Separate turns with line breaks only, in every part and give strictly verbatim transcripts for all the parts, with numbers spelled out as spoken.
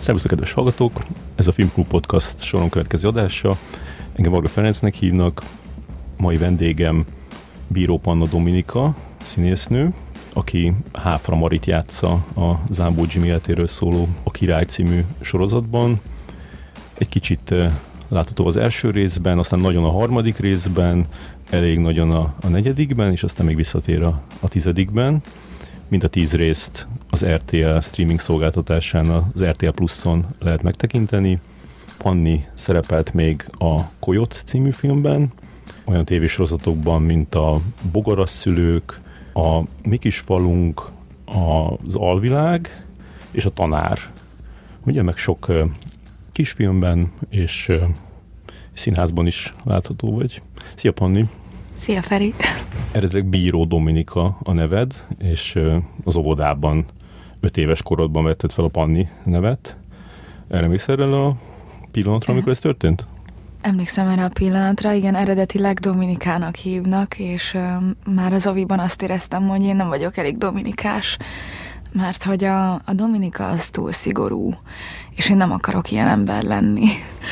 Szervusztok, kedves hallgatók! Ez a Filmklub Podcast soron következő adása. Engem Varga Ferencnek hívnak. Mai vendégem Bíró Panna Dominika, színésznő, aki Háfra Marit játsza a Zámbó Jimmy életéről szóló A Király című sorozatban. Egy kicsit látható az első részben, aztán nagyon a harmadik részben, elég nagyon a, a negyedikben, és aztán még visszatér a, a tizedikben. Mind a tíz részt az er té el streaming szolgáltatásán, az er té el Pluszon lehet megtekinteni. Panni szerepelt még a Coyote című filmben, olyan tévésorozatokban, mint a Bogarasszülők, a Mi kis falunk, az Alvilág és a Tanár. Ugye meg sok uh, kisfilmben és uh, színházban is látható vagy. Szia, Panni!
Szia, Feri!
Eredetileg Bíró Dominika a neved, és uh, az óvodában öt éves korodban vetted fel a Panni nevet. Emlékszel erre a pillanatra, amikor ez történt?
Emlékszem erre a pillanatra, igen, eredetileg Dominikának hívnak, és um, már az oviban azt éreztem, hogy én nem vagyok elég dominikás, mert hogy a, a Dominika az túl szigorú, és én nem akarok ilyen ember lenni.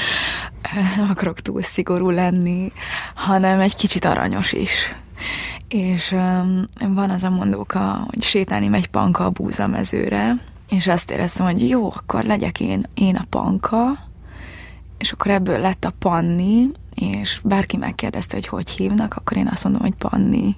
Nem akarok túl szigorú lenni, hanem egy kicsit aranyos is. És um, van az a mondóka, hogy sétálni megy Panka a búzamezőre, és azt éreztem, hogy jó, akkor legyek én, én a Panka, és akkor ebből lett a Panni, és bárki megkérdezte, hogy hogy hívnak, akkor én azt mondom, hogy Panni.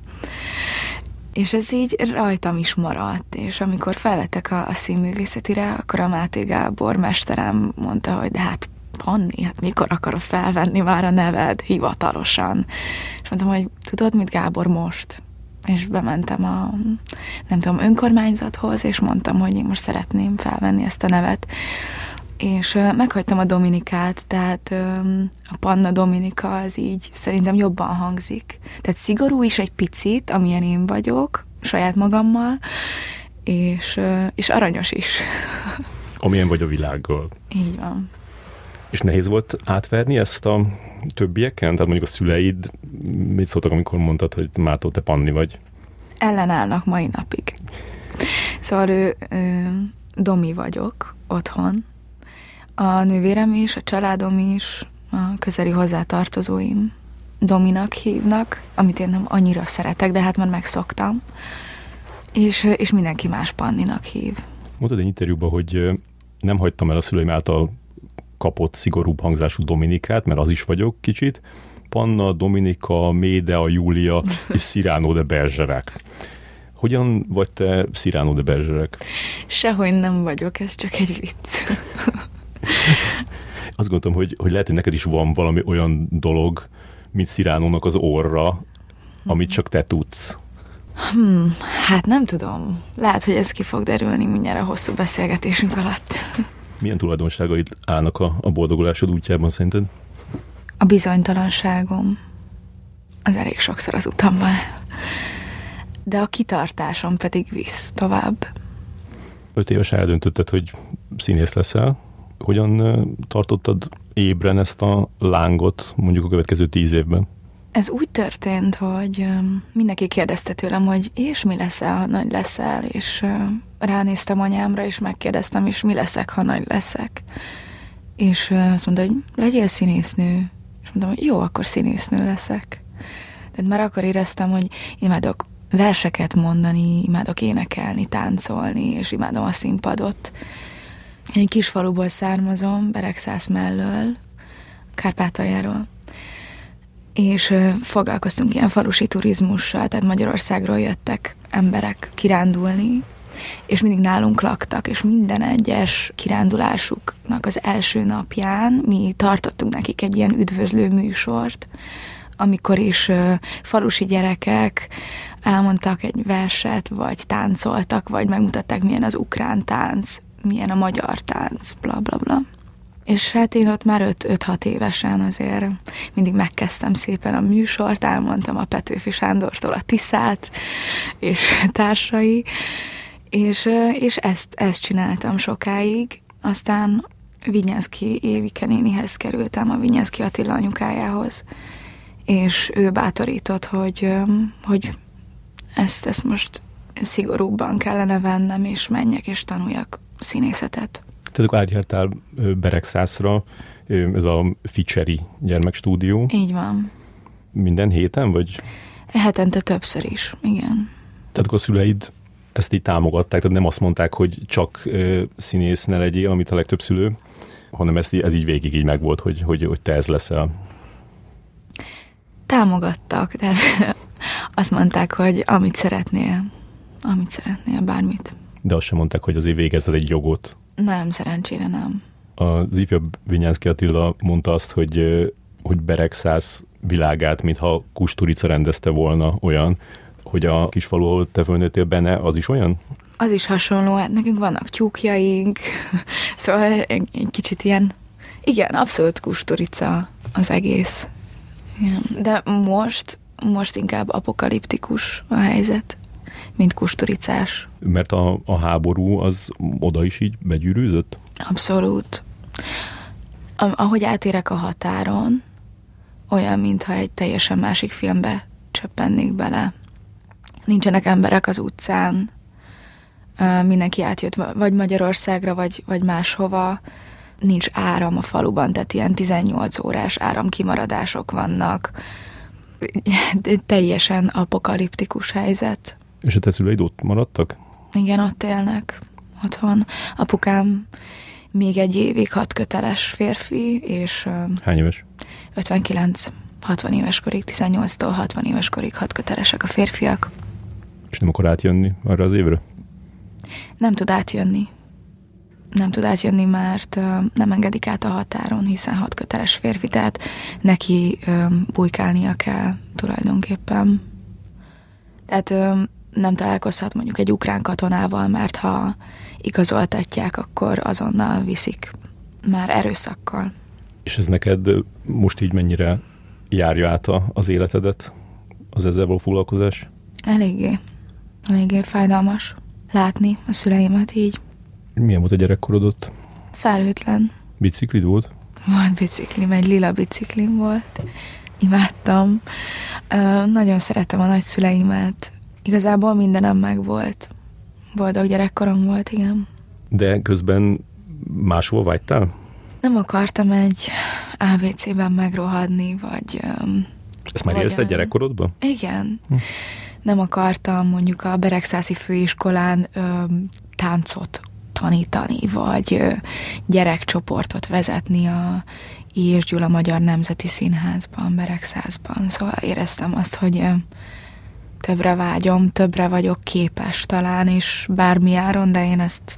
És ez így rajtam is maradt, és amikor felvettek a, a színművészetire, akkor a Máté Gábor mesterem mondta, hogy de hát Panni, hát mikor akarod felvenni már a neved hivatalosan? És mondtam, hogy tudod mit, Gábor, most? És bementem a, nem tudom, önkormányzathoz, és mondtam, hogy én most szeretném felvenni ezt a nevet. És uh, meghagytam a Dominikát, tehát um, a Panna Dominika az így szerintem jobban hangzik. Tehát szigorú is egy picit, amilyen én vagyok, saját magammal, és, uh, és aranyos is.
Amilyen vagy a világgal.
Így van.
És nehéz volt átverni ezt a többieken? Tehát mondjuk a szüleid mit szóltak, amikor mondtad, hogy Mátó, te Panni vagy?
Ellenállnak mai napig. Szóval ő, ő, Domi vagyok otthon. A nővérem is, a családom is, a közeli hozzátartozóim Dominak hívnak, amit én nem annyira szeretek, de hát már megszoktam. És, és mindenki más Panninak hív.
Mondtad egy interjúban, hogy nem hagytam el a szüleim által kapott szigorúbb hangzású Dominikát, mert az is vagyok kicsit. Panna, Dominika, Médea, Júlia és Cyrano de Bergerac. Hogyan vagy te Cyrano de Bergerac?
Sehogy nem vagyok, ez csak egy vicc.
Azt gondolom, hogy, hogy lehet, hogy neked is van valami olyan dolog, mint Cyránónak az orra, amit csak te tudsz.
Hmm, hát nem tudom. Lehet, hogy ez ki fog derülni mindjárt a hosszú beszélgetésünk alatt.
Milyen tulajdonságaid állnak a, a boldogulásod útjában szerinted?
A bizonytalanságom az elég sokszor az utamban. De a kitartásom pedig visz tovább.
Öt évesen eldöntötted, hogy színész leszel. Hogyan tartottad ébren ezt a lángot mondjuk a következő tíz évben?
Ez úgy történt, hogy mindenki kérdezte tőlem, hogy és mi leszel, ha nagy leszel, és ránéztem anyámra, és megkérdeztem, és mi leszek, ha nagy leszek. És azt mondta, hogy legyél színésznő. És mondtam, hogy jó, akkor színésznő leszek. Tehát már akkor éreztem, hogy imádok verseket mondani, imádok énekelni, táncolni, és imádom a színpadot. Egy kis faluból származom, Beregszász mellől, Kárpátaljáról. És foglalkoztunk ilyen falusi turizmussal, tehát Magyarországról jöttek emberek kirándulni, és mindig nálunk laktak, és minden egyes kirándulásuknak az első napján mi tartottunk nekik egy ilyen üdvözlő műsort, amikor is uh, falusi gyerekek elmondtak egy verset, vagy táncoltak, vagy megmutatták, milyen az ukrán tánc, milyen a magyar tánc, bla bla bla. És hát én ott már öt-hat évesen azért mindig megkezdtem szépen a műsort, elmondtam a Petőfi Sándortól a Tiszát, és társai, és, és ezt, ezt csináltam sokáig. Aztán Vinyánszky Évike nénihez kerültem, a Vinyánszky Attila anyukájához, és ő bátorított, hogy, hogy ezt, ezt most szigorúbban kellene vennem, és menjek és tanuljak színészetet.
Tehát akkor átjártál Beregszászra, ez a Ficseri gyermekstúdió.
Így van.
Minden héten, vagy?
Hetente többször is, igen.
Tehát akkor a szüleid ezt így támogatták, tehát nem azt mondták, hogy csak ö, színész ne legyél, amit a legtöbb szülő, hanem ez, ez így végig így megvolt, hogy, hogy, hogy te ez leszel.
Támogattak, tehát azt mondták, hogy amit szeretnél, amit szeretnél, bármit.
De azt sem mondták, hogy azért végezzel egy jogot.
Nem, szerencsére nem.
Az ifjabb Vinyánszky Attila mondta azt, hogy, hogy Beregszász világát, mintha Kusturica rendezte volna olyan, hogy a kisfalu, ahol te fölnőttél benne, az is olyan?
Az is hasonló, hát nekünk vannak tyúkjaink, szóval egy, egy kicsit ilyen, igen, abszolút Kusturica az egész. Igen. De most, most inkább apokaliptikus a helyzet, mint kusturicás.
Mert a, a háború az oda is így begyűrűzött?
Abszolút. Ahogy átérek a határon, olyan, mintha egy teljesen másik filmbe csöppennék bele. Nincsenek emberek az utcán, mindenki átjött vagy Magyarországra, vagy, vagy máshova. Nincs áram a faluban, tehát ilyen tizennyolc órás áramkimaradások vannak. Teljesen apokaliptikus helyzet.
És a te szüleid ott maradtak?
Igen, ott élnek, otthon. Apukám még egy évig hatköteles férfi, és...
Hány éves?
ötvenkilenc, hatvan éves korig, tizennyolctól hatvan éves korig hatkötelesek a férfiak.
És nem akar átjönni arra az évre?
Nem tud átjönni. Nem tud átjönni, mert nem engedik át a határon, hiszen hatköteles férfi, tehát neki bujkálnia kell tulajdonképpen. Tehát nem találkozhat mondjuk egy ukrán katonával, mert ha igazoltatják, akkor azonnal viszik már erőszakkal.
És ez neked most így mennyire járja át az életedet, az ezzel való foglalkozás?
Eléggé. Eléggé fájdalmas látni a szüleimet így.
Milyen volt a gyerekkorod ott?
Felhőtlen.
Biciklid volt?
Volt biciklim, egy lila biciklim volt. Imádtam. Uh, nagyon szerettem a nagyszüleimet. Igazából mindenem meg volt. Boldog gyerekkorom volt, igen.
De közben máshol vágytál?
Nem akartam egy á vé cében megrohadni, vagy... Um,
Ezt már érezted gyerekkorodban?
Igen. Hm. Nem akartam mondjuk a Beregszászi főiskolán um, táncot tanítani, vagy uh, gyerekcsoportot vezetni a I. és Gyula Magyar Nemzeti Színházban, Beregszászban. Szóval éreztem azt, hogy uh, többre vágyom, többre vagyok képes talán, és bármi áron, de én ezt,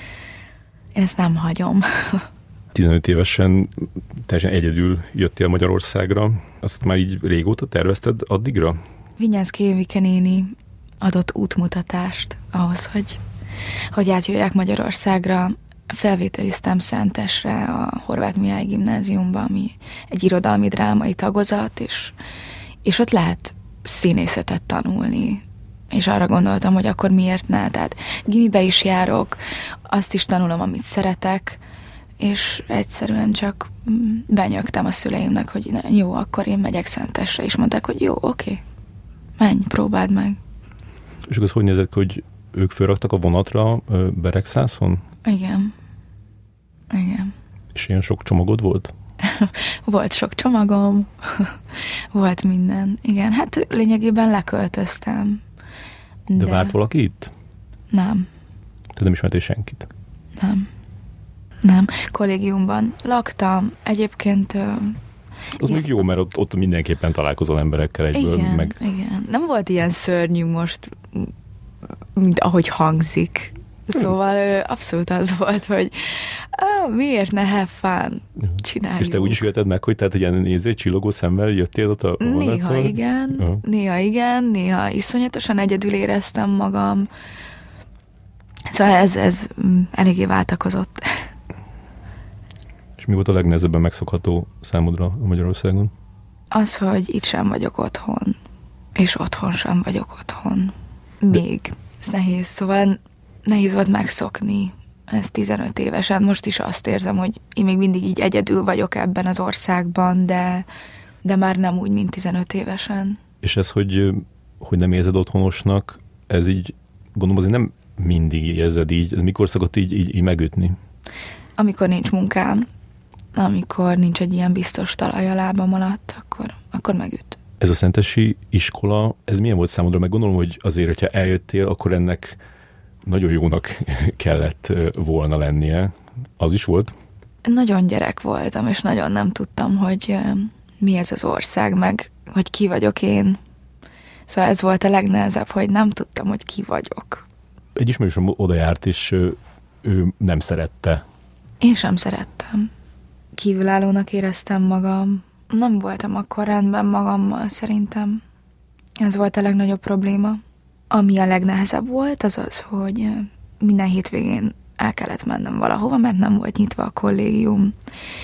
én ezt nem hagyom.
tizenöt évesen teljesen egyedül jöttél Magyarországra. Azt már így régóta tervezted addigra?
Vinyánszky Évike néni adott útmutatást ahhoz, hogy, hogy átjöjjek Magyarországra. Felvételiztem Szentesre, a Horváth Mihály Gimnáziumban, ami egy irodalmi drámai tagozat, és, és ott lehet színészetet tanulni. És arra gondoltam, hogy akkor miért ne. Tehát gimibe is járok, azt is tanulom, amit szeretek, és egyszerűen csak benyögtem a szüleimnek, hogy jó, akkor én megyek Szentesre, és mondták, hogy jó, oké, menj, próbáld meg.
És akkor az hogy nézett, hogy ők fölraktak a vonatra Beregszászon?
Igen. Igen. És
ilyen sok csomagod volt?
Volt sok csomagom, volt minden. Igen, hát lényegében leköltöztem.
De, de várt valaki itt?
Nem.
Te nem ismertél senkit?
Nem. Nem. Kollégiumban laktam. Egyébként...
Az még jó, mert ott, ott mindenképpen találkozol emberekkel egyből.
Igen,
meg...
igen. Nem volt ilyen szörnyű most, mint ahogy hangzik. Szóval abszolút az volt, hogy ah, miért ne have fun? Csináljuk.
És te úgy is élted meg, hogy tehát ilyen néző, csillogó szemmel jöttél ott a vonattól?
Néha igen, uh-huh. néha igen, néha iszonyatosan egyedül éreztem magam. Szóval ez, ez eléggé váltakozott.
És mi volt a legnehezebben megszokható számodra a Magyarországon?
Az, hogy itt sem vagyok otthon, és otthon sem vagyok otthon. Még. De... Ez nehéz, szóval nehéz volt megszokni. Ez tizenöt évesen. Most is azt érzem, hogy én még mindig így egyedül vagyok ebben az országban, de, de már nem úgy, mint tizenöt évesen.
És ez, hogy, hogy nem érzed otthonosnak, ez így, gondolom azért nem mindig érzed így. Ez mikor szokott így, így, így megütni?
amikor nincs munkám, amikor nincs egy ilyen biztos talaj a lábam alatt, akkor, akkor megüt.
Ez a szentesi iskola, ez milyen volt számodra? Meg gondolom, hogy azért, hogyha eljöttél, akkor ennek nagyon jónak kellett volna lennie. Az is volt?
Nagyon gyerek voltam, és nagyon nem tudtam, hogy mi ez az ország, meg hogy ki vagyok én. Szóval ez volt a legnehezebb, hogy nem tudtam, hogy ki vagyok.
Egy ismerősöm oda járt, és ő nem szerette.
Én sem szerettem. Kívülállónak éreztem magam. Nem voltam akkor rendben magammal, szerintem. Ez volt a legnagyobb probléma. Ami a legnehezebb volt, az az, hogy minden hétvégén el kellett mennem valahova, mert nem volt nyitva a kollégium.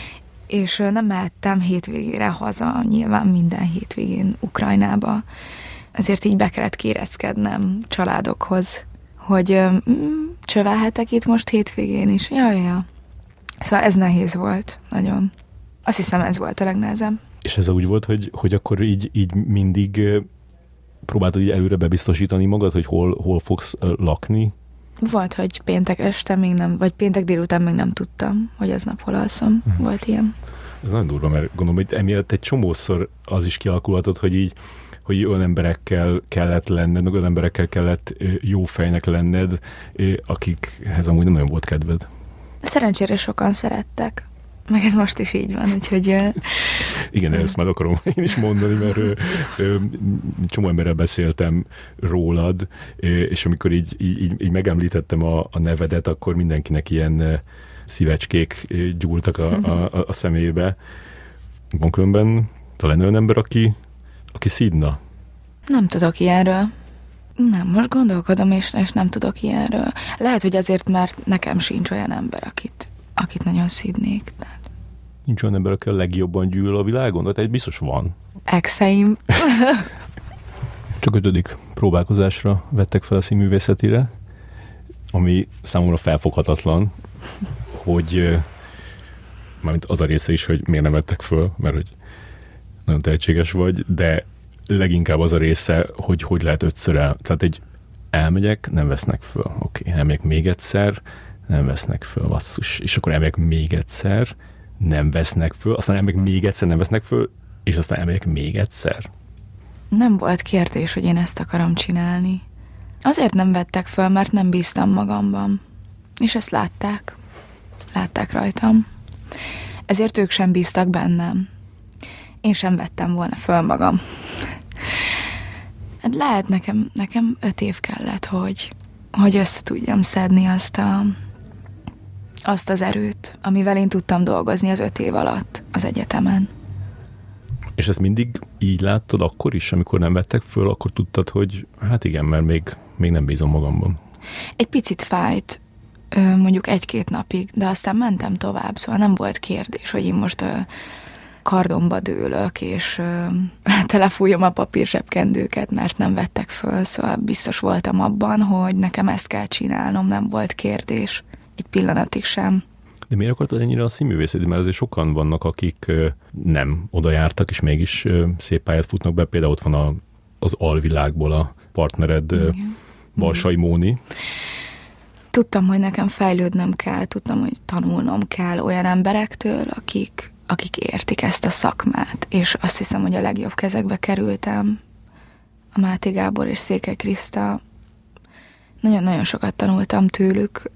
És nem mehettem hétvégére haza, nyilván minden hétvégén Ukrajnába. Ezért így be kellett kéreckednem családokhoz, hogy mm, csövelhetek itt most hétvégén is. Ja, ja, ja. Szóval ez nehéz volt, nagyon. Azt hiszem, ez volt a legnehezebb.
És ez úgy volt, hogy, hogy akkor így, így mindig próbáltad így előre bebiztosítani magad, hogy hol, hol fogsz lakni?
Volt, hogy péntek este még nem, vagy péntek délután még nem tudtam, hogy aznap hol alszom. Uh-huh. Volt ilyen.
Ez nagyon durva, mert gondolom, hogy emiatt egy csomószor az is kialakulhatott, hogy így, hogy olyan emberekkel kellett lenned, olyan emberekkel kellett jó fejnek lenned, akikhez amúgy nem nagyon volt kedved.
Szerencsére sokan szerettek. Meg ez most is így van, úgyhogy...
Igen, ezt már akarom én is mondani, mert ö, ö, csomó emberrel beszéltem rólad, és amikor így, így, így megemlítettem a, a nevedet, akkor mindenkinek ilyen szívecskék gyúltak a, a, a szemébe. Van különben talán olyan ember, aki, aki szídna?
Nem tudok ilyenről. Nem, most gondolkodom, és, és nem tudok ilyenről. Lehet, hogy azért, mert nekem sincs olyan ember, akit, akit nagyon szídnék. Tehát...
Nincs olyan ember, aki a legjobban gyűlöl a világon? De egy biztos van.
Exeim.
Csak ötödik próbálkozásra vettek fel a színművészetire, ami számomra felfoghatatlan, hogy mármint az a része is, hogy miért nem vettek föl, mert hogy nagyon tehetséges vagy, de leginkább az a része, hogy hogy lehet ötször el. Tehát egy elmegyek, nem vesznek föl. Oké, okay, elmegyek még egyszer, nem vesznek föl, basszus. És akkor elmegyek még egyszer, nem vesznek föl, aztán elmegyek még egyszer, nem vesznek föl, és aztán elmegyek még egyszer.
Nem volt kérdés, hogy én ezt akarom csinálni. Azért nem vettek föl, mert nem bíztam magamban. És ezt látták. Látták rajtam. Ezért ők sem bíztak bennem. Én sem vettem volna föl magam. Hát lehet nekem, nekem öt év kellett, hogy, hogy össze tudjam szedni azt, a, azt az erőt, amivel én tudtam dolgozni az öt év alatt az egyetemen.
És ezt mindig így láttad akkor is, amikor nem vettek föl, akkor tudtad, hogy hát igen, mert még, még nem bízom magamban.
Egy picit fájt, mondjuk egy-két napig, de aztán mentem tovább, szóval nem volt kérdés, hogy én most kardomba dőlök, és telefújom a papír zsebkendőket, mert nem vettek föl, szóval biztos voltam abban, hogy nekem ezt kell csinálnom, nem volt kérdés, egy pillanatig sem.
De miért akartad ennyire a színművészeti? Mert azért sokan vannak, akik nem oda jártak, és mégis szép pályát futnak be. Például ott van a, az alvilágból a partnered, igen. Balsai Móni.
Tudtam, hogy nekem fejlődnöm kell, tudtam, hogy tanulnom kell olyan emberektől, akik, akik értik ezt a szakmát, és azt hiszem, hogy a legjobb kezekbe kerültem. A Máté Gábor és Székely Kriszta. Nagyon-nagyon sokat tanultam tőlük.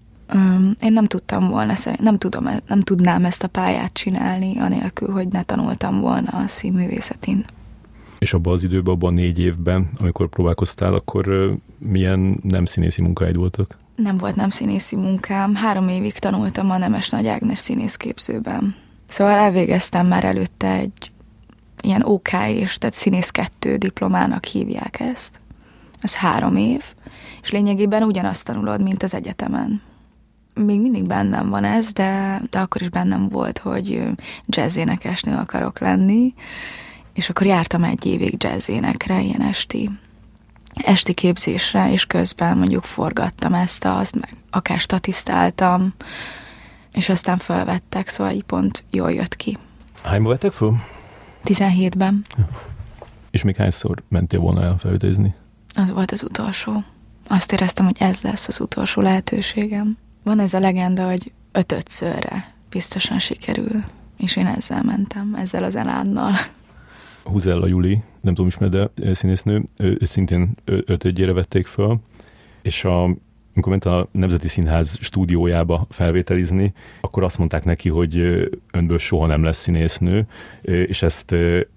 Én nem tudtam volna, nem, tudom, nem tudnám ezt a pályát csinálni, anélkül, hogy ne tanultam volna a színművészetén.
És abban az időben, abban a négy évben, amikor próbálkoztál, akkor milyen nem színészi munkáid voltak? Nem
volt nem színészi munkám. Három évig tanultam a Nemes Nagy Ágnes színészképzőben. Szóval elvégeztem már előtte egy ilyen ó ká és tehát színész kettő diplomának hívják ezt. Ez három év, és lényegében ugyanazt tanulod, mint az egyetemen. Még mindig bennem van ez, de, de akkor is bennem volt, hogy jazzénekesnő akarok lenni, és akkor jártam egy évig jazzénekre, ilyen esti, esti képzésre, és közben mondjuk forgattam ezt, azt, meg akár statisztáltam, és aztán felvettek, szóval így pont jól jött ki.
Hányba vettek föl?
tizenhétben.
Ja. És még hányszor mentél volna el felvételizni?
Az volt az utolsó. Azt éreztem, hogy ez lesz az utolsó lehetőségem. Van ez a legenda, hogy ötödszörre biztosan sikerül. És én ezzel mentem, ezzel az elánnal.
Huzella Juli, nem tudom ismer, de színésznő, őt szintén ötödjére vették föl, és a, amikor ment a Nemzeti Színház stúdiójába felvételizni, akkor azt mondták neki, hogy önből soha nem lesz színésznő, és ezt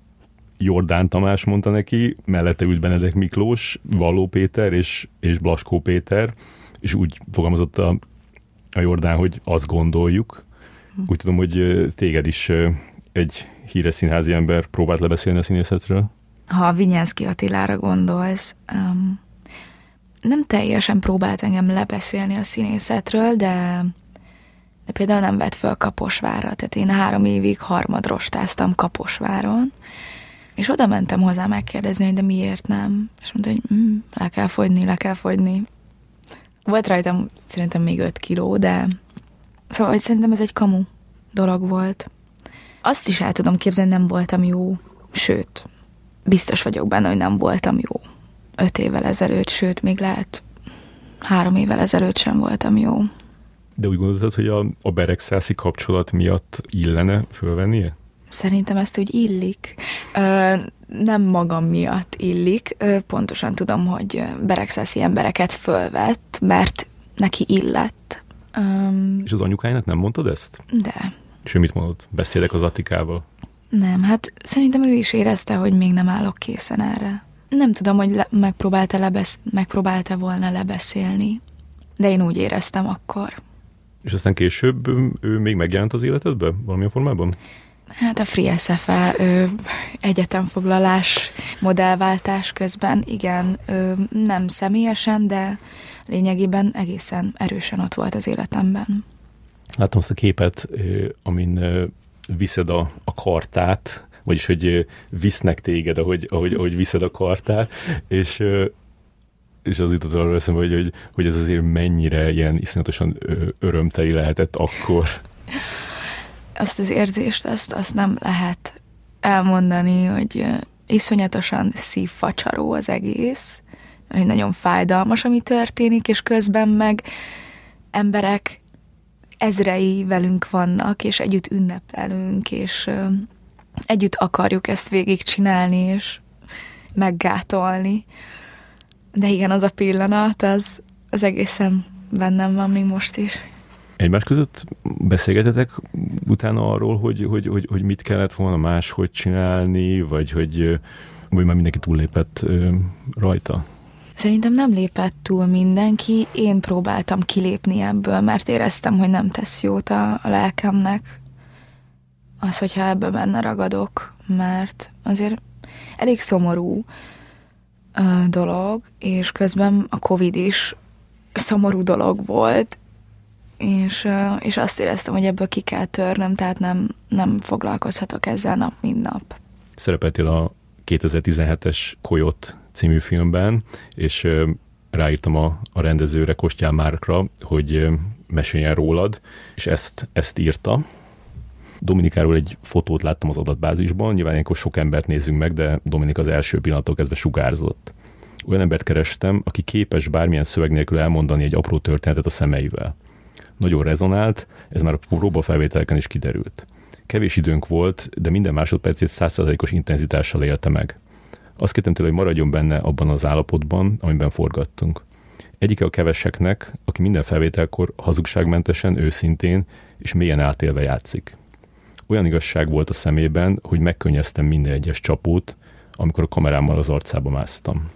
Jordán Tamás mondta neki, mellette ült Benedek Miklós, Valló Péter és, és Blaskó Péter, és úgy fogalmazott a, a Jordán, hogy azt gondoljuk. Úgy tudom, hogy téged is egy híres színházi ember próbált lebeszélni a színészetről.
Ha a Vinyánszky Attilára gondolsz, um, nem teljesen próbált engem lebeszélni a színészetről, de, de például nem vett föl Kaposvárra. Tehát én három évig harmadrostáztam Kaposváron, és oda mentem hozzá megkérdezni, hogy de miért nem. És mondta, hogy mm, le kell fogyni, le kell fogyni. Volt rajtam szerintem még öt kiló, de szóval hogy szerintem ez egy kamu dolog volt. Azt is el tudom képzelni, nem voltam jó. Sőt, biztos vagyok benne, hogy nem voltam jó. Öt évvel ezelőtt, sőt, még lehet három évvel ezelőtt sem voltam jó.
De úgy gondoltad, hogy a, a beregszászi kapcsolat miatt illene fölvennie?
Szerintem ezt úgy illik. Ö, nem magam miatt illik. Ö, pontosan tudom, hogy beregszászi embereket fölvett, mert neki illett. Um,
És az anyukájának nem mondtad ezt?
De.
És ő mit mondott? Beszélek az Attikával?
Nem, hát szerintem ő is érezte, hogy még nem állok készen erre. Nem tudom, hogy le- megpróbálta, lebesz- megpróbálta volna lebeszélni, de én úgy éreztem akkor.
És aztán később ő még megjelent az életedbe valamilyen formában?
Hát a Free es ef e ö, egyetemfoglalás, modellváltás közben, igen, ö, nem személyesen, de lényegében egészen erősen ott volt az életemben.
Láttam azt a képet, amin viszed a, a kartát, vagyis, hogy visznek téged, ahogy, ahogy, ahogy viszed a kartát, és, és az jutott arra eszembe, hogy, hogy, hogy ez azért mennyire ilyen iszonyatosan örömteli lehetett akkor.
Azt az érzést, azt, azt nem lehet elmondani, hogy iszonyatosan szívfacsaró az egész, mert nagyon fájdalmas, ami történik, és közben meg emberek ezrei velünk vannak, és együtt ünnepelünk, és ö, együtt akarjuk ezt végigcsinálni, és meggátolni. De igen, az a pillanat, az, az egészen bennem van még most is.
Egymás között beszélgetetek utána arról, hogy, hogy, hogy, hogy mit kellett volna máshogy csinálni, vagy hogy vagy már mindenki túllépett ö, rajta?
Szerintem nem lépett túl mindenki, én próbáltam kilépni ebből, mert éreztem, hogy nem tesz jót a, a lelkemnek az, hogyha ebbe benne ragadok, mert azért elég szomorú uh, dolog, és közben a Covid is szomorú dolog volt, és, uh, és azt éreztem, hogy ebből ki kell törnöm, tehát nem, nem foglalkozhatok ezzel nap, mint nap.
Szerepeltél a kétezer-tizenhetes Coyote című filmben, és ráírtam a, a rendezőre, Kostyán Márkra, hogy meséljen rólad, és ezt, ezt írta. Dominikáról egy fotót láttam az adatbázisban, nyilván ilyenkor sok embert nézünk meg, de Dominik az első pillanattól kezdve sugárzott. Olyan embert kerestem, aki képes bármilyen szöveg nélkül elmondani egy apró történetet a szemeivel. Nagyon rezonált, ez már a próbafelvételeken is kiderült. Kevés időnk volt, de minden másodpercét száz százalékos intenzitással élte meg. Azt kértem tőle, hogy maradjon benne abban az állapotban, amiben forgattunk. Egyike a keveseknek, aki minden felvételkor hazugságmentesen, őszintén és mélyen átélve játszik. Olyan igazság volt a szemében, hogy megkönnyeztem minden egyes csapót, amikor a kamerámmal az arcába másztam.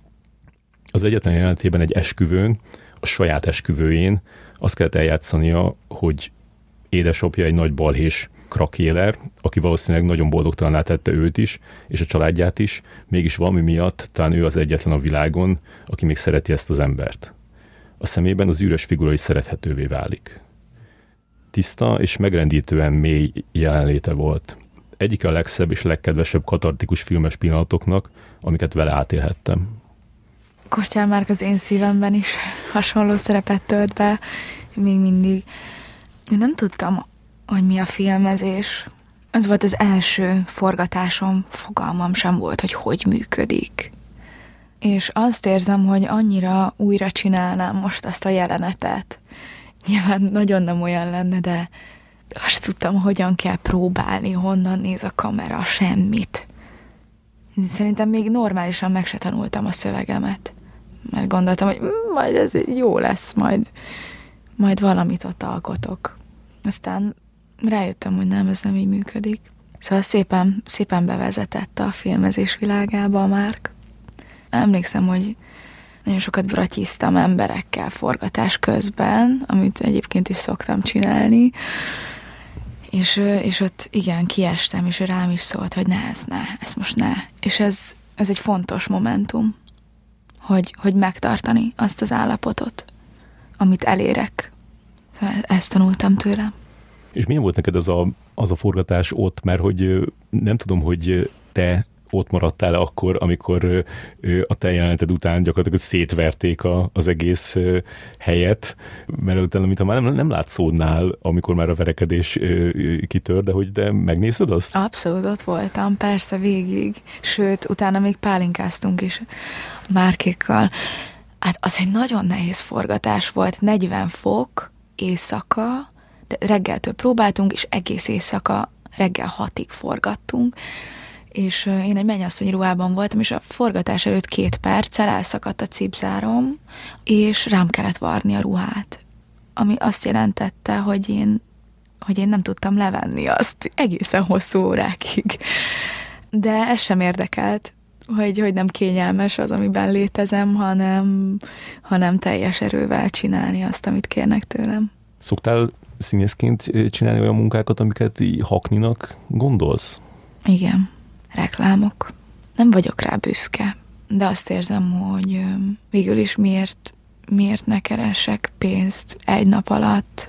Az egyetlen jelenetében egy esküvőn, a saját esküvőjén azt kellett eljátszania, hogy édesapja egy nagy balhés krakéler, aki valószínűleg nagyon boldogtalanná tette őt is, és a családját is, mégis valami miatt talán ő az egyetlen a világon, aki még szereti ezt az embert. A szemében az üres figura is szerethetővé válik. Tiszta és megrendítően mély jelenléte volt. Egyike a legszebb és legkedvesebb katartikus filmes pillanatoknak, amiket vele átélhettem.
Kostyán Márk az én szívemben is hasonló szerepet tölt be, még mindig. Én nem tudtam, hogy mi a filmezés. Az volt az első forgatásom, fogalmam sem volt, hogy hogy működik. És azt érzem, hogy annyira újra csinálnám most azt a jelenetet. Nyilván nagyon nem olyan lenne, de azt tudtam, hogyan kell próbálni, honnan néz a kamera, semmit. Szerintem még normálisan meg se tanultam a szövegemet. Mert gondoltam, hogy majd ez jó lesz, majd, majd valamit ott alkotok. Aztán rájöttem, hogy nem, ez nem így működik. Szóval szépen, szépen bevezetett a filmezés világába a Márk. Emlékszem, hogy nagyon sokat bratyiztam emberekkel forgatás közben, amit egyébként is szoktam csinálni, és, és ott igen, kiestem, és rám is szólt, hogy ne, ez ne, ez most ne. És ez, ez egy fontos momentum, hogy, hogy megtartani azt az állapotot, amit elérek. Ezt tanultam tőle.
És milyen volt neked az a, az a forgatás ott? Mert hogy nem tudom, hogy te ott maradtál akkor, amikor a te jeleneted után gyakorlatilag szétverték a, az egész helyet, mert utána, mint ha már nem, nem látszódnál, amikor már a verekedés kitör, de hogy de megnézted azt?
Abszolút ott voltam, persze végig. Sőt, utána még pálinkáztunk is Márkékkal. Hát az egy nagyon nehéz forgatás volt, negyven fok, éjszaka, de reggeltől próbáltunk, és egész éjszaka reggel hatig forgattunk, és én egy mennyasszonyi ruhában voltam, és a forgatás előtt két perccel elszakadt a cipzárom, és rám kellett varni a ruhát, ami azt jelentette, hogy én, hogy én nem tudtam levenni azt egészen hosszú órákig. De ez sem érdekelt, hogy, hogy nem kényelmes az, amiben létezem, hanem, hanem teljes erővel csinálni azt, amit kérnek tőlem.
Szoktál színészként csinálni olyan munkákat, amiket hakninak gondolsz?
Igen. Reklámok. Nem vagyok rá büszke, de azt érzem, hogy végül is miért, miért ne keresek pénzt egy nap alatt.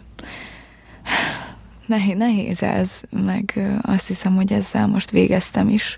Nehéz, nehéz ez, meg azt hiszem, hogy ezzel most végeztem is,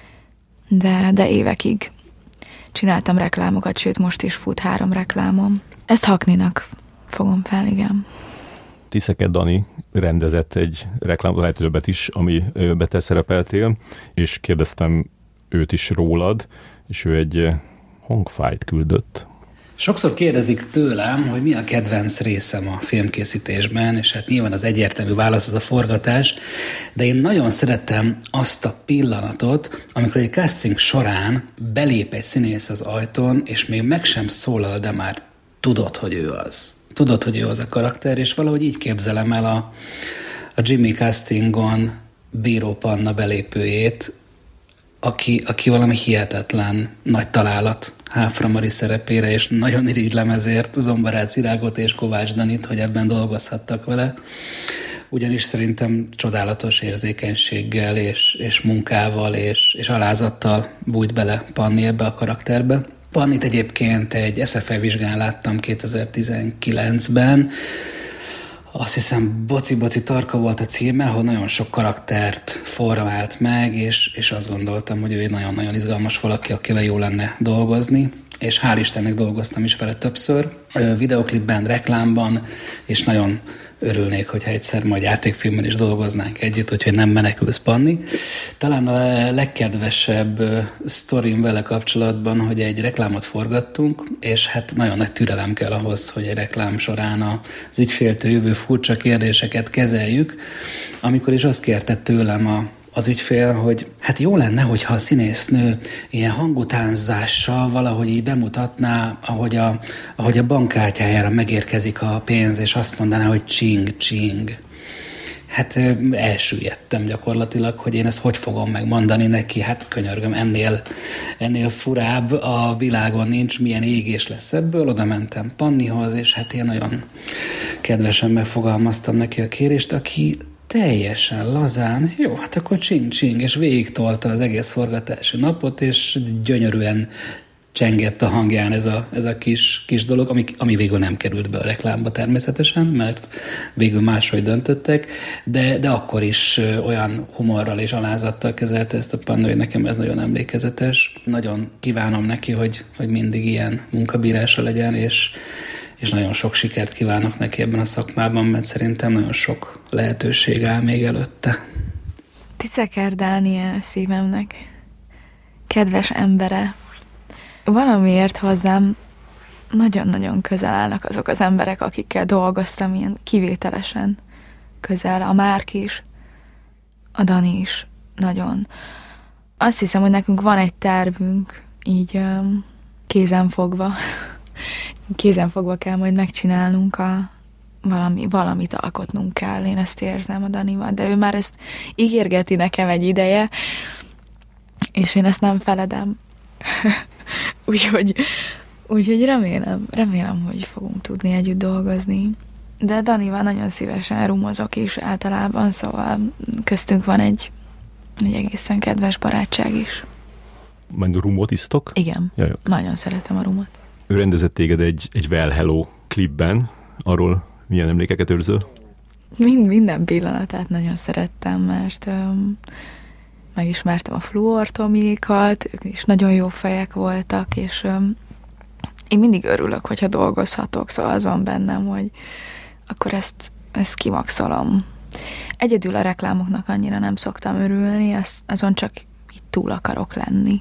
de, de évekig csináltam reklámokat, sőt most is fut három reklámom. Ezt hakninak fogom fel, igen.
Tiszeke Dani rendezett egy reklámot, lehet többet is, amiben te szerepeltél, és kérdeztem őt is rólad, és ő egy hangfájt küldött.
Sokszor kérdezik tőlem, hogy mi a kedvenc részem a filmkészítésben, és hát nyilván az egyértelmű válasz az a forgatás, de én nagyon szeretem azt a pillanatot, amikor egy casting során belép egy színész az ajtón, és még meg sem szólal, de már tudod, hogy ő az. Tudod, hogy ő az a karakter, és valahogy így képzelem el a, a Jimmy castingon Bíró Panna belépőjét, aki, aki valami hihetetlen nagy találat Háfra Mari szerepére, és nagyon irigylem ezért Zombarácz Irágot és Kovács Danit, hogy ebben dolgozhattak vele. Ugyanis szerintem csodálatos érzékenységgel és, és munkával és, és alázattal bújt bele Panni ebbe a karakterbe. Pannit egyébként egy es ef e vizsgán láttam kétezer-tizenkilencben. Azt hiszem Boci-Boci Tarka volt a címe, ahol nagyon sok karaktert formált meg, és, és azt gondoltam, hogy ő egy nagyon-nagyon izgalmas valaki, akivel jó lenne dolgozni. És hál' Istennek dolgoztam is vele többször, videoklipben, reklámban, és nagyon örülnék, hogyha egyszer majd játékfilmben is dolgoznánk együtt, úgyhogy nem menekülsz, Panni. Talán a legkedvesebb sztorim vele kapcsolatban, hogy egy reklámot forgattunk, és hát nagyon nagy türelem kell ahhoz, hogy egy reklám során az ügyféltől jövő furcsa kérdéseket kezeljük. Amikor is azt kérte tőlem a az ügyfél, hogy hát jó lenne, hogyha a színésznő ilyen hangutánzással valahogy így bemutatná, ahogy a, ahogy a bankkártyájára megérkezik a pénz, és azt mondaná, hogy csing, csing. Hát elsüllyedtem gyakorlatilag, hogy én ezt hogy fogom megmondani neki, hát könyörgöm, ennél, ennél furább a világon nincs, milyen égés lesz ebből. Oda mentem Pannihoz, és hát én nagyon kedvesen megfogalmaztam neki a kérést, aki teljesen lazán, jó, hát akkor csing-csing, és végig tolta az egész forgatási napot, és gyönyörűen csengett a hangján ez a, ez a kis, kis dolog, ami, ami végül nem került be a reklámba természetesen, mert végül máshogy döntöttek, de, de akkor is olyan humorral és alázattal kezelte ezt a Panna, hogy nekem ez nagyon emlékezetes. Nagyon kívánom neki, hogy, hogy mindig ilyen munkabírása legyen, és és nagyon sok sikert kívánok neki ebben a szakmában, mert szerintem nagyon sok lehetőség áll még előtte.
Tiszeker Dániel szívemnek kedves embere. Valamiért hozzám nagyon-nagyon közel állnak azok az emberek, akikkel dolgoztam, ilyen kivételesen közel. A Márk is, a Dani is nagyon. Azt hiszem, hogy nekünk van egy tervünk, így um, kézenfogva. Kézenfogva kell majd megcsinálnunk a valami, valamit alkotnunk kell, én ezt érzem a Danival, de ő már ezt ígérgeti nekem egy ideje, és én ezt nem feledem. úgyhogy, úgyhogy remélem, remélem, hogy fogunk tudni együtt dolgozni. De Danival nagyon szívesen rumozok is általában, szóval köztünk van egy, egy egészen kedves barátság is.
Majd rumot isztok?
Igen,
Jaj.
Nagyon szeretem a rumot.
Ő rendezett téged egy, egy Well Hello klipben, arról milyen emlékeket őrzöl?
Mind, minden pillanatát nagyon szerettem, mert um, megismertem a Fluor Tomiékat, ők is nagyon jó fejek voltak, és um, én mindig örülök, hogyha dolgozhatok, szóval az van bennem, hogy akkor ezt, ezt kimaxolom. Egyedül a reklámoknak annyira nem szoktam örülni, az, azon csak így túl akarok lenni.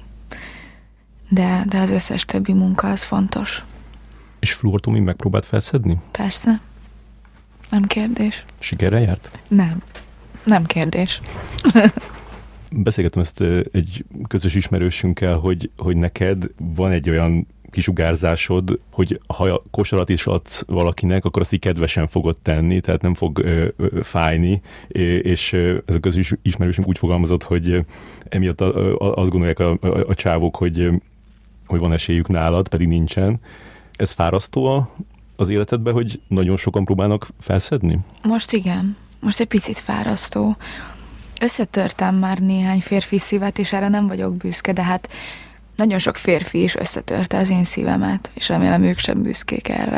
De, de az összes többi munka az fontos.
És Fluor Tomi megpróbált felszedni?
Persze. Nem kérdés.
Sikerrel járt?
Nem. Nem kérdés.
Beszélgettem ezt egy közös ismerősünkkel, hogy, hogy neked van egy olyan kisugárzásod, hogy ha kosarat is adsz valakinek, akkor azt így kedvesen fogod tenni, tehát nem fog ö, ö, fájni, és ez a közös ismerősünk úgy fogalmazott, hogy emiatt a, a, azt gondolják a, a, a csávok, hogy, hogy van esélyük nálad, pedig nincsen. Ez fárasztó az életedben, hogy nagyon sokan próbálnak felszedni? Most
igen. Most egy picit fárasztó. Összetörtem már néhány férfi szívet, és erre nem vagyok büszke, de hát nagyon sok férfi is összetörte az én szívemet, és remélem ők sem büszkék erre.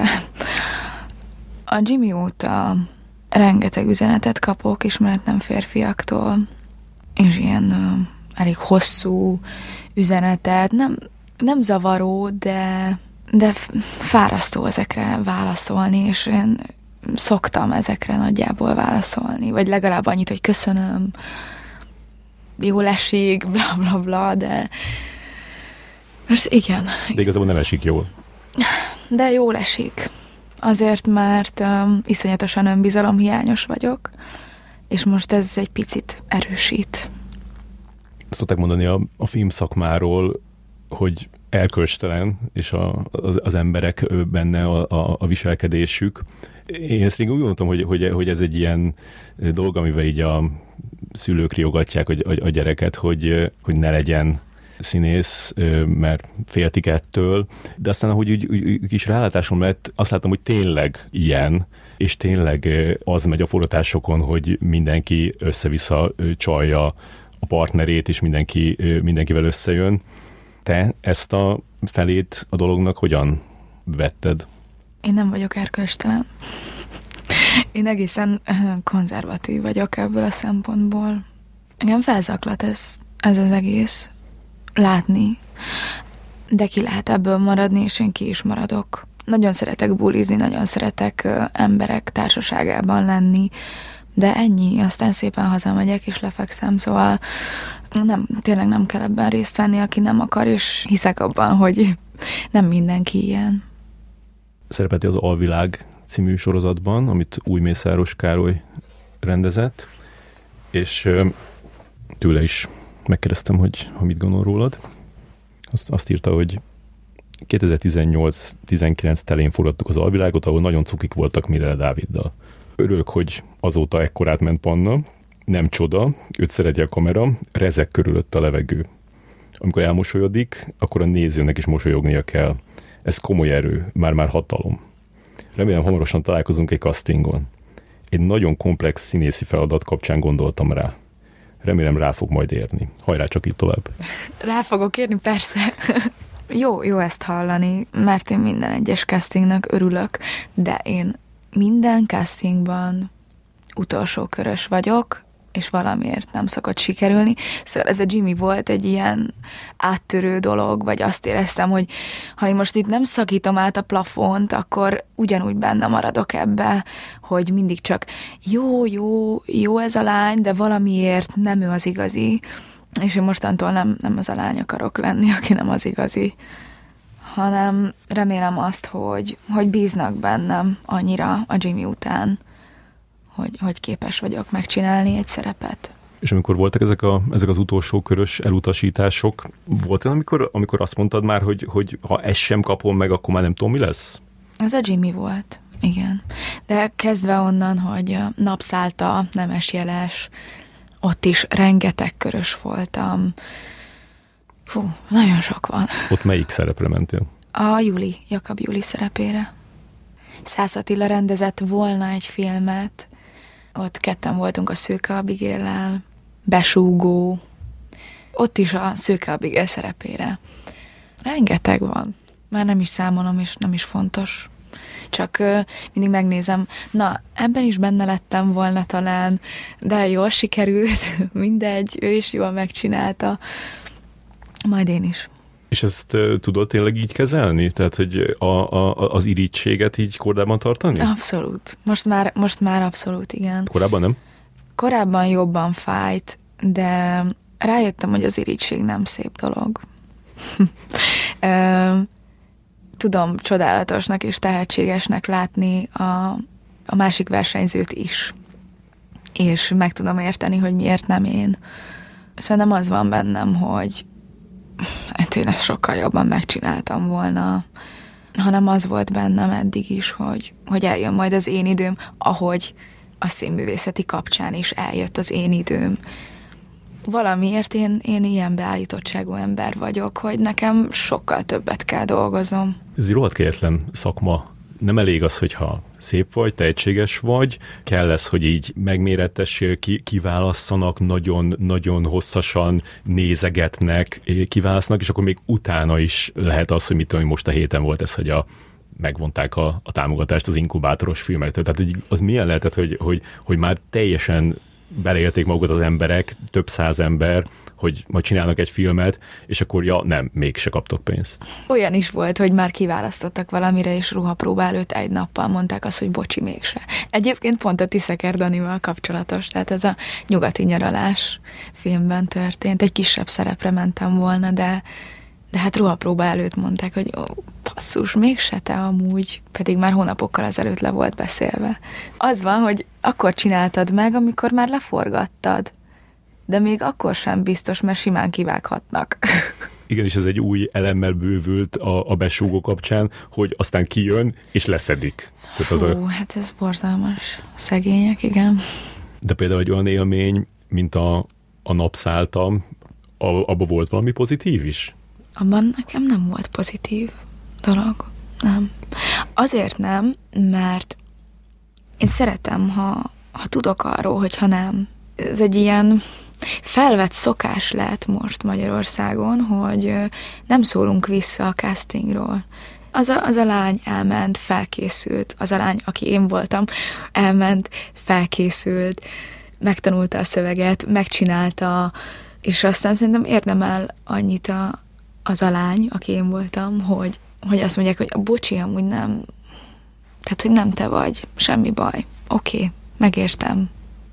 A Jimmy óta rengeteg üzenetet kapok ismeretlen férfiaktól, és ilyen uh, elég hosszú üzenetet, nem, nem zavaró, de, de fárasztó ezekre válaszolni, és én szoktam ezekre nagyjából válaszolni, vagy legalább annyit, hogy köszönöm, jól esik, bla bla bla, de most igen.
De igazából nem esik jól.
De jól esik. Azért, mert um, iszonyatosan önbizalomhiányos vagyok, és most ez egy picit erősít.
Szokták mondani a, a film szakmáról, hogy erkölcstelen, és a, az, az emberek benne a, a, a viselkedésük. Én ezt rég úgy gondoltam, hogy, hogy, hogy ez egy ilyen dolog, amivel így a szülők riogatják a, a, a gyereket, hogy, hogy ne legyen színész, mert féltik ettől, de aztán, ahogy úgy, úgy kis rálátásom lett, azt láttam, hogy tényleg ilyen, és tényleg az megy a forgatásokon, hogy mindenki össze-vissza csalja a partnerét, és mindenki, mindenkivel összejön. Te ezt a felét a dolognak hogyan vetted?
Én nem vagyok erkölcstelen. Én egészen konzervatív vagyok ebből a szempontból. Engem felzaklat ez, ez az egész. Látni, de ki lehet ebből maradni, és én ki is maradok. Nagyon szeretek bulizni, nagyon szeretek ö, emberek társaságában lenni, de ennyi, aztán szépen hazamegyek, és lefekszem, szóval nem, tényleg nem kell ebben részt venni, aki nem akar, és hiszek abban, hogy nem mindenki ilyen.
Szerepeltél az Alvilág című sorozatban, amit Új Mészáros Károly rendezett, és ö, tőle is megkérdeztem, hogy, hogy mit gondol rólad. Azt, azt írta, hogy kétezer-tizennyolc tizenkilenc telén forgattuk az Alvilágot, ahol nagyon cukik voltak Mirella Dáviddal. Örülök, hogy azóta ekkorát ment Panna, nem csoda, őt szereti a kamera, rezeg körülött a levegő. Amikor elmosolyodik, akkor a nézőnek is mosolyognia kell. Ez komoly erő, már-már hatalom. Remélem hamarosan találkozunk egy castingon. Egy nagyon komplex színészi feladat kapcsán gondoltam rá. Remélem rá fog majd érni. Hajrá, csak így tovább.
Rá fogok érni, persze. jó, jó ezt hallani, mert én minden egyes castingnak örülök, de én minden castingban utolsó körös vagyok, és valamiért nem szokott sikerülni. Szóval ez a Jimmy volt egy ilyen áttörő dolog, vagy azt éreztem, hogy ha én most itt nem szakítom át a plafont, akkor ugyanúgy benne maradok ebbe, hogy mindig csak jó, jó, jó ez a lány, de valamiért nem ő az igazi, és én mostantól nem, nem az a lány akarok lenni, aki nem az igazi, hanem remélem azt, hogy, hogy bíznak bennem annyira a Jimmy után, hogy, hogy képes vagyok megcsinálni egy szerepet.
És amikor voltak ezek, a, ezek az utolsó körös elutasítások, volt olyan, amikor, amikor azt mondtad már, hogy, hogy ha ezt sem kapom meg, akkor már nem tudom, mi lesz?
Ez a Jimmy volt, igen. De kezdve onnan, hogy Napszálta, Nemes Jeles, ott is rengeteg körös voltam. Fú, nagyon sok van.
Ott melyik szerepre mentél?
A Juli, Jakab Juli szerepére. Szász Attila rendezett volna egy filmet, ott ketten voltunk a Szőke Abigail-lel, Besúgó, ott is a Szőke Abigail szerepére. Rengeteg van. Már nem is számolom, és nem is fontos. Csak uh, mindig megnézem, na, ebben is benne lettem volna talán, de jól sikerült, mindegy, ő is jól megcsinálta. Majd én is.
És ezt uh, tudod tényleg így kezelni? Tehát, hogy a, a, az irítséget így kordában tartani?
Abszolút. Most már, most már abszolút, igen.
Korábban nem?
Korábban jobban fájt, de rájöttem, hogy az irítség nem szép dolog. Tudom csodálatosnak és tehetségesnek látni a, a másik versenyzőt is. És meg tudom érteni, hogy miért nem én. Szerintem az van bennem, hogy hát én ezt sokkal jobban megcsináltam volna, hanem az volt bennem eddig is, hogy, hogy eljön majd az én időm, ahogy a színművészeti kapcsán is eljött az én időm. Valamiért én, én ilyen beállítottságú ember vagyok, hogy nekem sokkal többet kell dolgoznom.
Ez egy rohadt kegyetlen szakma. Nem elég az, hogyha szép vagy, tehetséges vagy, kell lesz, hogy így megméretessél, ki, kiválasszanak, nagyon-nagyon hosszasan nézegetnek, kiválasznak, és akkor még utána is lehet az, hogy mit tudom, most a héten volt ez, hogy a megvonták a, a támogatást az inkubátoros filmektől. Tehát az milyen lehetett, hogy, hogy, hogy már teljesen beleélték magukat az emberek, több száz ember, hogy majd csinálnak egy filmet, és akkor ja, nem, mégse kaptok pénzt.
Olyan is volt, hogy már kiválasztottak valamire, és ruhapróba előtt egy nappal mondták azt, hogy bocsi, mégse. Egyébként pont a Tiszeker Danival kapcsolatos, tehát ez a Nyugati nyaralás filmben történt. Egy kisebb szerepre mentem volna, de, de hát ruhapróba előtt mondták, hogy ó, basszus, mégse te amúgy, pedig már hónapokkal ezelőtt le volt beszélve. Az van, hogy akkor csináltad meg, amikor már leforgattad. De még akkor sem biztos, mert simán kivághatnak.
Igen, és ez egy új elemmel bővült a, a Besúgó kapcsán, hogy aztán kijön, és leszedik.
Fú, az a... hát ez borzalmas. Szegények, igen.
De például egy olyan élmény, mint a, a Napszálta, abban volt valami pozitív is?
Abban nekem nem volt pozitív dolog. Nem. Azért nem, mert én szeretem, ha, ha tudok arról, hogy ha nem. Ez egy ilyen felvett szokás lett most Magyarországon, hogy nem szólunk vissza a castingról. Az a, az a lány elment, felkészült, az a lány, aki én voltam, elment, felkészült, megtanulta a szöveget, megcsinálta, és aztán szerintem érdemel annyit a, az a lány, aki én voltam, hogy, hogy azt mondják, hogy a bocsi, amúgy nem, tehát, hogy nem te vagy, semmi baj, oké, okay, megértem.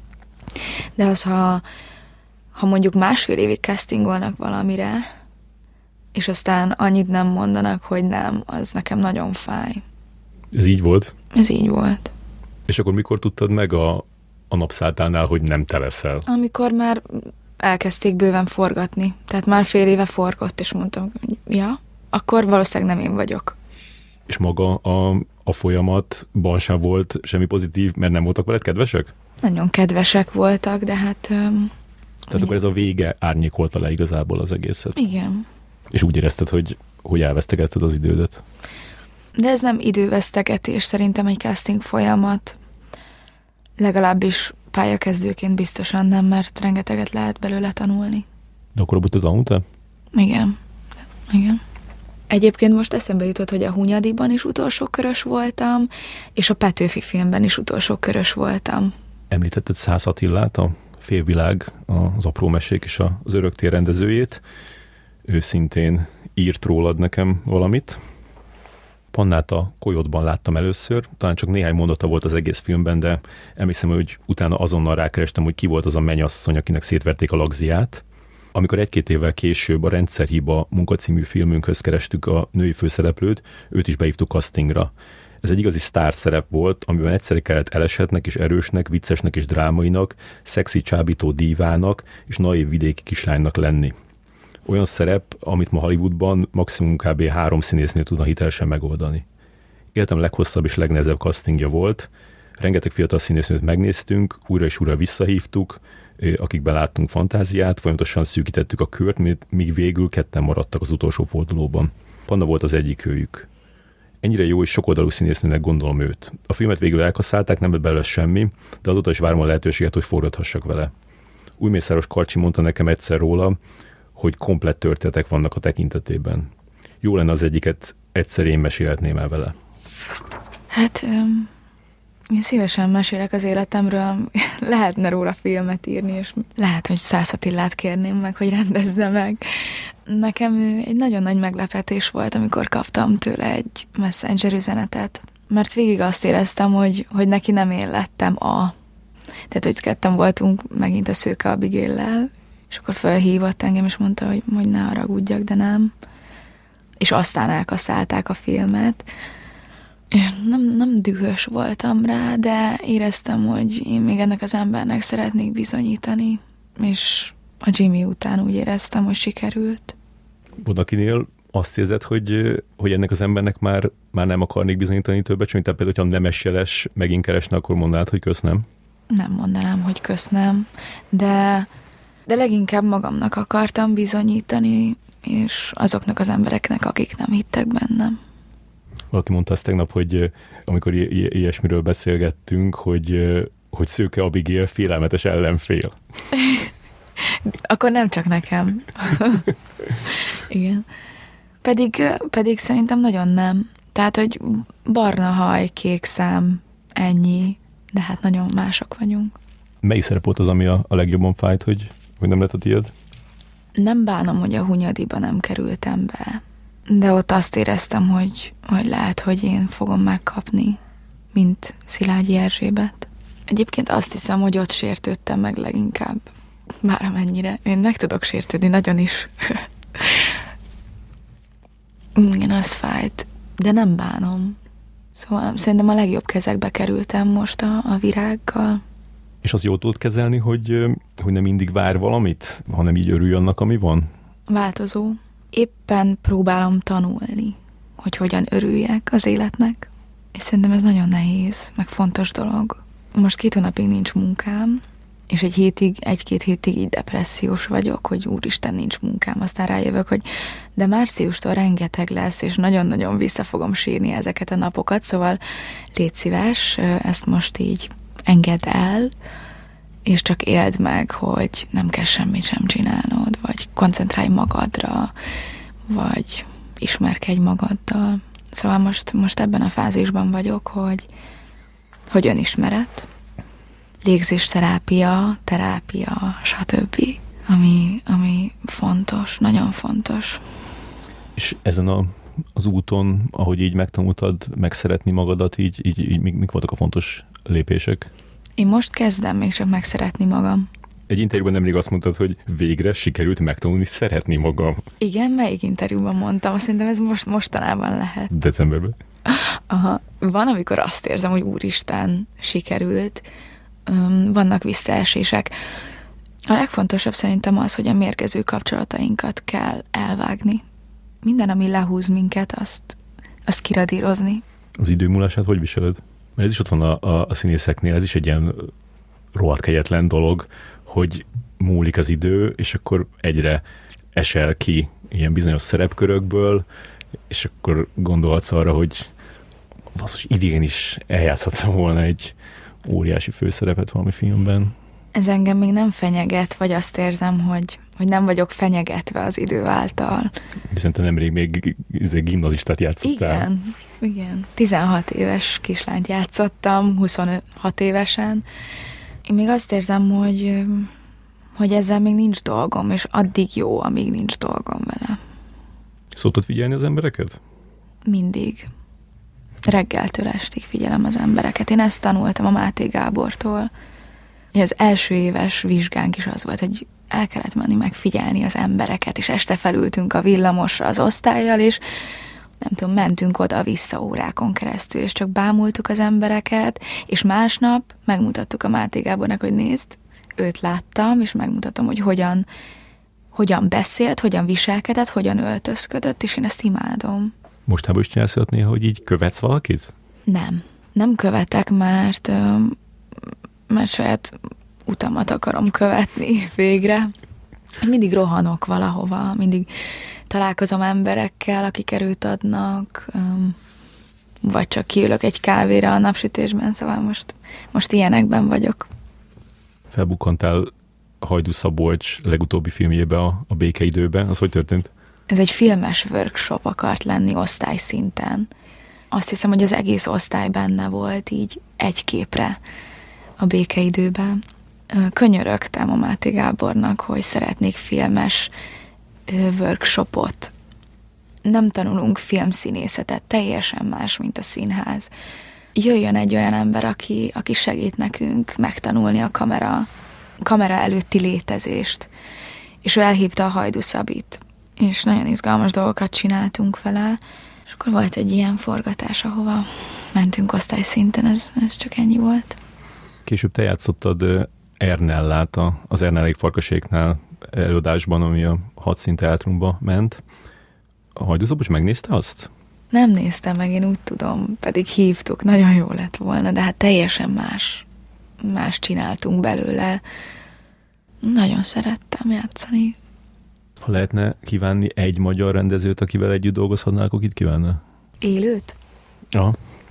De az, ha, ha mondjuk másfél évig castingolnak valamire, és aztán annyit nem mondanak, hogy nem, az nekem nagyon fáj.
Ez így volt?
Ez így volt.
És akkor mikor tudtad meg a, a Napszáltánál, hogy nem te leszel?
Amikor már elkezdték bőven forgatni. Tehát már fél éve forgott, és mondtam, hogy ja, akkor valószínűleg nem én vagyok.
És maga a, a folyamatban sem volt semmi pozitív, mert nem voltak veled kedvesek?
Nagyon kedvesek voltak, de hát... Um,
Tehát akkor ez a vége árnyékolta le igazából az egészet.
Igen.
És úgy érezted, hogy, hogy elvesztegetted az idődet?
De ez nem idővesztegetés, szerintem egy casting folyamat. Legalábbis pályakezdőként biztosan nem, mert rengeteget lehet belőle tanulni.
De akkor abban te tanultál?
Igen. Igen. Egyébként most eszembe jutott, hogy a Hunyadiban is utolsó körös voltam, és a Petőfi filmben is utolsó körös voltam.
Említetted Szász Attilát, a Félvilág, az Apró Mesék és az Öröktér rendezőjét. Ő szintén írt rólad nekem valamit. Pannát a Kolyotban láttam először, talán csak néhány mondata volt az egész filmben, de emlékszem, hogy utána azonnal rákerestem, hogy ki volt az a mennyasszony, akinek szétverték a lagziát. Amikor egy-két évvel később a Rendszerhiba munkacímű filmünkhöz kerestük a női főszereplőt, őt is beívtuk castingra. Ez egy igazi sztárszerep volt, amiben egyszerre kellett elesetnek és erősnek, viccesnek és drámainak, szexi csábító dívának és naív vidéki kislánynak lenni. Olyan szerep, amit ma Hollywoodban maximum kb. három színésznő tudna hitelesen megoldani. Életem leghosszabb és legnehezebb castingja volt, rengeteg fiatal színésznőt megnéztünk, újra és újra visszahívtuk, akikben láttunk fantáziát, folyamatosan szűkítettük a kört, míg végül ketten maradtak az utolsó fordulóban. Panna volt az egyik őjük. Ennyire jó és sokoldalú színésznőnek gondolom őt. A filmet végül elkasszálták, nem lett belőle semmi, de azóta is várom a lehetőséget, hogy forgathassak vele. Újmészáros Karcsi mondta nekem egyszer róla, hogy komplett történetek vannak a tekintetében. Jó lenne az egyiket, egyszer én mesélhetném el vele.
Hát um, én szívesen mesélek az életemről, lehetne róla filmet írni, és lehet, hogy Szász Attilát kérném meg, hogy rendezze meg. Nekem egy nagyon nagy meglepetés volt, amikor kaptam tőle egy messenger üzenetet, mert végig azt éreztem, hogy, hogy neki nem én lettem a... Tehát, hogy ketten voltunk megint a Szőke Abigaillel, és akkor felhívott engem, és mondta, hogy, hogy ne haragudjak, de nem. És aztán elkasszálták a filmet. És nem, nem dühös voltam rá, de éreztem, hogy én még ennek az embernek szeretnék bizonyítani, és a Jimmy után úgy éreztem, hogy sikerült.
Van akinél azt érzed, hogy, hogy ennek az embernek már, már nem akarnék bizonyítani többet, csak tehát például, hogyha Nemes Jeles megint keresne, akkor mondanád, hogy köszönöm?
Nem mondanám, hogy köszönöm, de, de leginkább magamnak akartam bizonyítani, és azoknak az embereknek, akik nem hittek bennem.
Valaki mondta azt tegnap, hogy amikor i- i- ilyesmiről beszélgettünk, hogy, hogy Szőke Abigail félelmetes ellenfél.
Akkor nem csak nekem. Igen. Pedig, pedig szerintem nagyon nem. Tehát, hogy barna haj, kék szám, ennyi, de hát nagyon mások vagyunk.
Melyik szerep volt az, ami a, a legjobban fájt, hogy, hogy nem lett a tiéd?
Nem bánom, hogy a Hunyadiba nem kerültem be. De ott azt éreztem, hogy, hogy lehet, hogy én fogom megkapni, mint Szilágyi Erzsébet. Egyébként azt hiszem, hogy ott sértődtem meg leginkább. Bár amennyire. Én meg tudok sértődni, nagyon is. Igen, az fájt. De nem bánom. Szóval szerintem a legjobb kezekbe kerültem most a, a Virággal.
És az jól tudod kezelni, hogy, hogy nem mindig vár valamit, hanem így örülj annak, ami van?
Változó. Éppen próbálom tanulni, hogy hogyan örüljek az életnek. És szerintem ez nagyon nehéz, meg fontos dolog. Most két hónapig nincs munkám, és egy hétig, egy-két hétig így depressziós vagyok, hogy úristen, nincs munkám, aztán rájövök, hogy de márciustól rengeteg lesz, és nagyon-nagyon vissza fogom sírni ezeket a napokat, szóval légy szíves, ezt most így engedd el, és csak éld meg, hogy nem kell semmit sem csinálnod, vagy koncentrálj magadra, vagy ismerkedj magaddal. Szóval most, most ebben a fázisban vagyok, hogy, hogy önismeret, légzésterápia, terápia, stb. Ami, ami fontos, nagyon fontos.
És ezen a, az úton, ahogy így megtanultad megszeretni magadat, így, így, így mik, mik voltak a fontos lépések?
Én most kezdem még csak megszeretni magam.
Egy interjúban nemrég azt mondtad, hogy végre sikerült megtanulni szeretni magam.
Igen, melyik interjúban mondtam? Szerintem ez most mostanában lehet.
Decemberben.
Aha. Van, amikor azt érzem, hogy úristen, sikerült. Vannak visszaesések. A legfontosabb szerintem az, hogy a mérgező kapcsolatainkat kell elvágni. Minden, ami lehúz minket, azt, azt kiradírozni.
Az idő múlását hogy viseled? Mert ez is ott van a, a, a színészeknél, ez is egy ilyen rohadt kegyetlen dolog, hogy múlik az idő, és akkor egyre esel ki ilyen bizonyos szerepkörökből, és akkor gondolhatsz arra, hogy basszus, idén is eljátszhattam volna egy óriási főszerepet valami filmben.
Ez engem még nem fenyeget, vagy azt érzem, hogy, hogy nem vagyok fenyegetve az idő által.
Viszont te nemrég még gimnazistát játszottál.
Igen, igen. tizenhat éves kislányt játszottam, huszonhat évesen. Én még azt érzem, hogy, hogy ezzel még nincs dolgom, és addig jó, amíg nincs dolgom vele.
Szoktad figyelni az embereket?
Mindig. Reggeltől estig figyelem az embereket. Én ezt tanultam a Máté Gábortól, Az első éves vizsgánk is az volt, hogy el kellett menni megfigyelni az embereket, és este felültünk a villamosra az osztállyal, és nem tudom, mentünk oda-vissza órákon keresztül, és csak bámultuk az embereket, és másnap megmutattuk a Máté Gábornak, hogy nézd, őt láttam, és megmutatom, hogy hogyan, hogyan beszélt, hogyan viselkedett, hogyan öltözködött, és én ezt imádom.
Mostában is csinálsz olyat néha, hogy így követsz valakit?
Nem. Nem követek, mert, mert saját utamat akarom követni végre. Mindig rohanok valahova, mindig találkozom emberekkel, akik erőt adnak, vagy csak kiülök egy kávéra a napsütésben, szóval most, most ilyenekben vagyok.
Felbukkantál Hajdú Szabolcs legutóbbi filmjébe, a, a Békeidőben. Az hogy történt?
Ez egy filmes workshop akart lenni osztályszinten. Azt hiszem, hogy az egész osztály benne volt így egy képre a Békeidőben. Könyörögtem a Máté Gábornak, hogy szeretnék filmes workshopot. Nem tanulunk filmszínészetet, teljesen más, mint a színház. Jöjjön egy olyan ember, aki, aki segít nekünk megtanulni a kamera, kamera előtti létezést. És ő elhívta a Hajdú Szabit, és nagyon izgalmas dolgokat csináltunk vele, és akkor volt egy ilyen forgatás, ahova mentünk osztályszinten, ez, ez csak ennyi volt.
Később te játszottad Ernellát az Ernellék Farkaséknál előadásban, ami a Hadszín Teátrumba ment. A Hajdú Szabolcs megnézte azt?
Nem néztem meg, én úgy tudom, pedig hívtuk, nagyon jó lett volna, de hát teljesen más, más csináltunk belőle. Nagyon szerettem játszani.
Ha lehetne kívánni egy magyar rendezőt, akivel együtt dolgozhatnál, akkor kit kívánna?
Élőt?
Ja.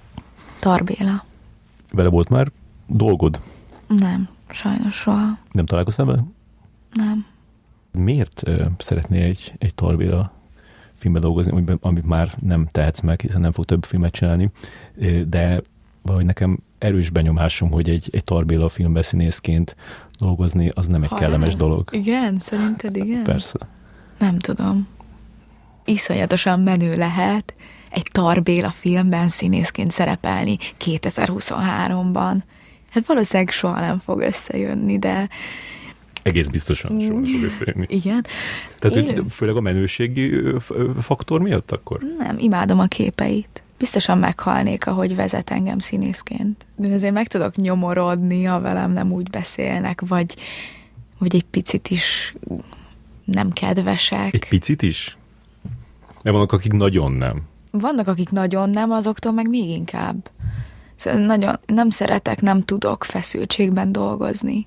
Tar Béla.
Vele volt már dolgod?
Nem, sajnos soha.
Nem találkoztál vele?
Nem.
Miért uh, szeretnél egy, egy Tar Béla filmbe dolgozni, amit már nem tehetsz meg, hiszen nem fog több filmet csinálni, de valahogy nekem erős benyomásom, hogy egy, egy Tar Béla filmben színészként dolgozni, az nem egy ha kellemes nem. dolog.
Igen? Szerinted igen?
Persze.
Nem tudom. Iszonyatosan menő lehet egy Tar Béla filmben színészként szerepelni kétezer-huszonháromban. Hát valószínűleg soha nem fog összejönni, de
egész biztosan soha nem fog összejönni.
Igen.
Tehát Én... főleg a menőségi faktor miatt akkor?
Nem, imádom a képeit. Biztosan meghalnék, ahogy vezet engem színészként. De azért meg tudok nyomorodni, ha velem nem úgy beszélnek, vagy, vagy egy picit is nem kedvesek.
Egy picit is? De vannak, akik nagyon nem.
Vannak, akik nagyon nem, azoktól meg még inkább. Szóval nagyon, nem szeretek, nem tudok feszültségben dolgozni.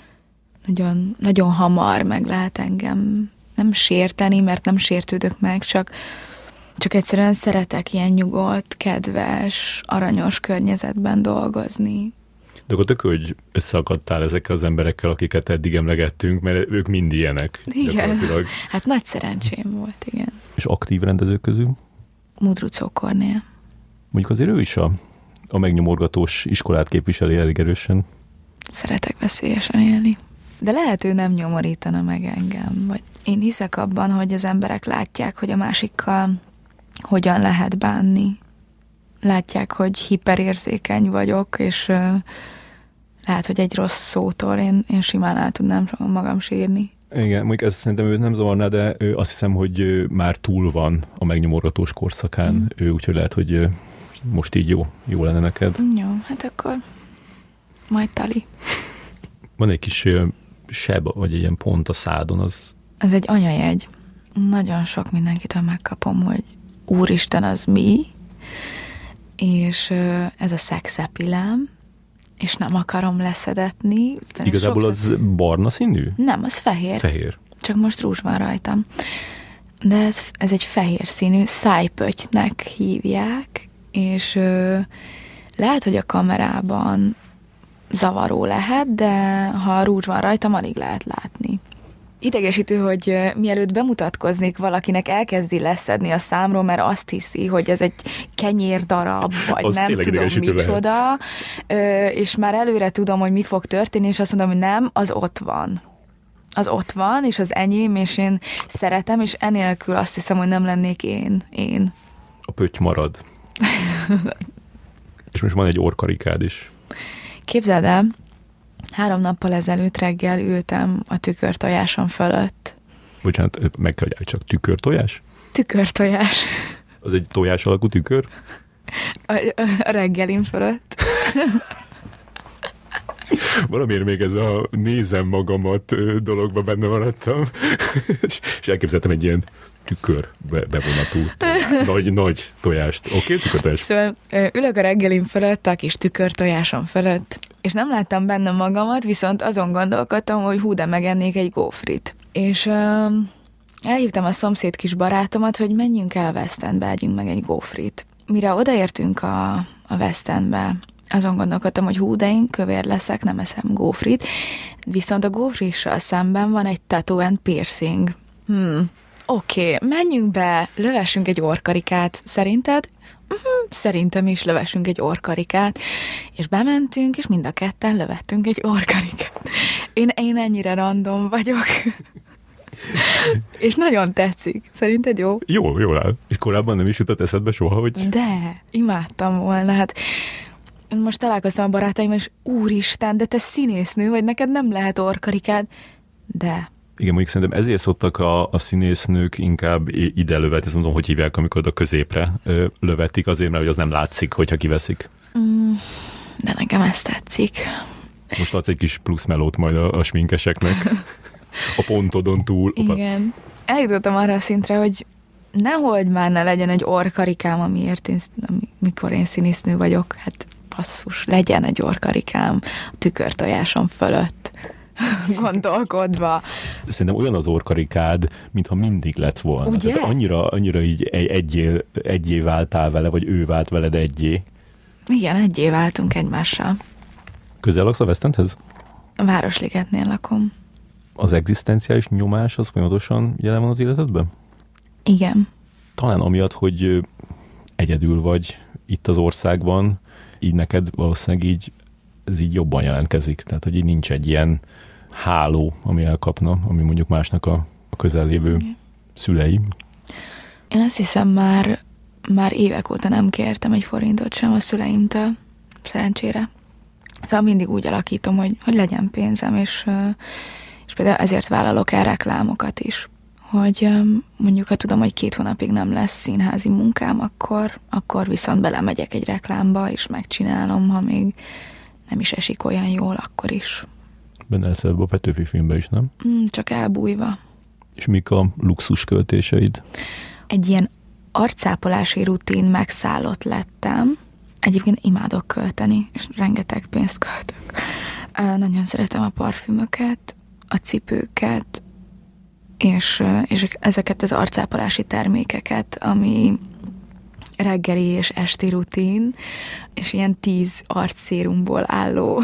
Nagyon, nagyon hamar meg lehet engem nem sérteni, mert nem sértődök meg, csak, csak egyszerűen szeretek ilyen nyugodt, kedves, aranyos környezetben dolgozni.
De akkor tök, hogy összeakadtál ezekkel az emberekkel, akiket eddig emlegettünk, mert ők mind ilyenek.
Igen, hát nagy szerencsém volt, igen.
És aktív rendezők közül?
Mudruczó Kornél.
Mondjuk azért ő is a, a megnyomorgatós iskolát képviseli elég erősen.
Szeretek veszélyesen élni. De lehet, ő nem nyomorítana meg engem. Vagy én hiszek abban, hogy az emberek látják, hogy a másikkal hogyan lehet bánni. Látják, hogy hiperérzékeny vagyok, és uh, lehet, hogy egy rossz szótól én, én simán el tudnám magam sírni. Igen, mondjuk ez szerintem őt nem zavarná, de ő azt hiszem, hogy ő már túl van a megnyomorgatós korszakán. Mm. Ő úgyhogy lehet, hogy most így jó, jó lenne neked. Jó, hát akkor majd tali. Van egy kis seb, vagy egy ilyen pont a szádon, az... Ez egy anyajegy. Nagyon sok mindenkitől megkapom, hogy úristen, az mi? És ez a szexepilám, és nem akarom leszedetni. Igazából sokszor... az barna színű? Nem, az fehér. Fehér. Csak most rúzs van rajtam. De ez, ez egy fehér színű, szájpöttynek hívják, és ö, lehet, hogy a kamerában zavaró lehet, de ha rúzs van rajtam, alig lehet látni. Idegesítő, hogy mielőtt bemutatkoznék valakinek, elkezdi leszedni a számról, mert azt hiszi, hogy ez egy kenyérdarab, vagy az nem tudom micsoda, lehet. És már előre tudom, hogy mi fog történni, és azt mondom, hogy nem, az ott van. Az ott van, és az enyém, és én szeretem, és enélkül azt hiszem, hogy nem lennék én. én. A pötty marad. És most van egy orkarikád is. Képzeld el, Három nappal ezelőtt reggel ültem a tükörtojásom fölött.
Bocsánat, meg kell, hogy csak tükörtojás?
Tükörtojás.
Az egy tojás alakú tükör?
A, a, a reggelim fölött.
Valamiért még ez a nézem magamat dologba benne maradtam, és elképzeltem egy ilyen tükör bevonatú, nagy, nagy tojást. Oké, okay, tükörtojást.
Szóval ülök a reggelim fölött, a kis tükörtojásom fölött, és nem láttam benne magamat, viszont azon gondolkodtam, hogy hú, de megennék egy gófrit. És um, elhívtam a szomszéd kis barátomat, hogy menjünk el a West Endbe, együnk meg egy gófrit. Mire odaértünk a, a West Endbe, azon gondolkodtam, hogy hú, de én kövér leszek, nem eszem gófrit, viszont a gófrissal szemben van egy tattoo and piercing. Hmm, oké, okay, menjünk be, lövessünk egy orrkarikát, szerinted? Uh-huh, szerintem is lövessünk egy orrkarikát, és bementünk, és mind a ketten lövettünk egy orrkarikát. Én, én ennyire random vagyok. És nagyon tetszik. Szerinted jó?
Jó, jól áll. És korábban nem is jutott eszedbe soha, hogy...
De, imádtam volna, hát most találkoztam a barátaimmal, és úristen, de te színésznő vagy, neked nem lehet orrkarikád. De...
Igen, mondjuk szerintem ezért szoktak a, a színésznők inkább ide lövetni, ezt mondom, hogy hívják, amikor a középre ö, lövetik, azért, mert hogy az nem látszik, hogyha kiveszik.
Mm, de nekem ez tetszik.
Most adsz egy kis plusz melót majd a, a sminkeseknek. A pontodon túl. Opa.
Igen. Eljutottam arra a szintre, hogy nehogy már ne legyen egy orrkarikám, amiért én, mikor én színésznő vagyok, hát basszus, legyen egy orrkarikám a tükörtojásom fölött. Gondolkodva.
Szerintem olyan az orrkarikád, mintha mindig lett volna.
Ugye?
Tehát annyira, annyira így egyé, egyé váltál vele, vagy ő vált veled egyé.
Igen, egyé váltunk egymással.
Közel laksz a West Endhez?
A Városligetnél lakom.
Az egzisztenciális nyomás az folyamatosan jelen van az életedben?
Igen.
Talán amiatt, hogy egyedül vagy itt az országban, így neked valószínűleg így, ez így jobban jelentkezik. Tehát, hogy így nincs egy ilyen háló, ami elkapna, ami mondjuk másnak a, a közellévő Igen. szülei.
Én azt hiszem már, már évek óta nem kértem egy forintot sem a szüleimtől, szerencsére. Szóval mindig úgy alakítom, hogy, hogy legyen pénzem, és, és például ezért vállalok el reklámokat is. Hogy mondjuk, ha tudom, hogy két hónapig nem lesz színházi munkám, akkor, akkor viszont belemegyek egy reklámba, és megcsinálom, ha még nem is esik olyan jól, akkor is.
Benne leszel ebbe a Petőfi filmbe is, nem?
Mm, csak elbújva.
És mik a luxus költéseid?
Egy ilyen arccápolási rutin megszállott lettem. Egyébként imádok költeni, és rengeteg pénzt költök. Nagyon szeretem a parfümöket, a cipőket, és, és ezeket az arccápolási termékeket, ami reggeli és esti rutin, és ilyen tíz arcszérumból álló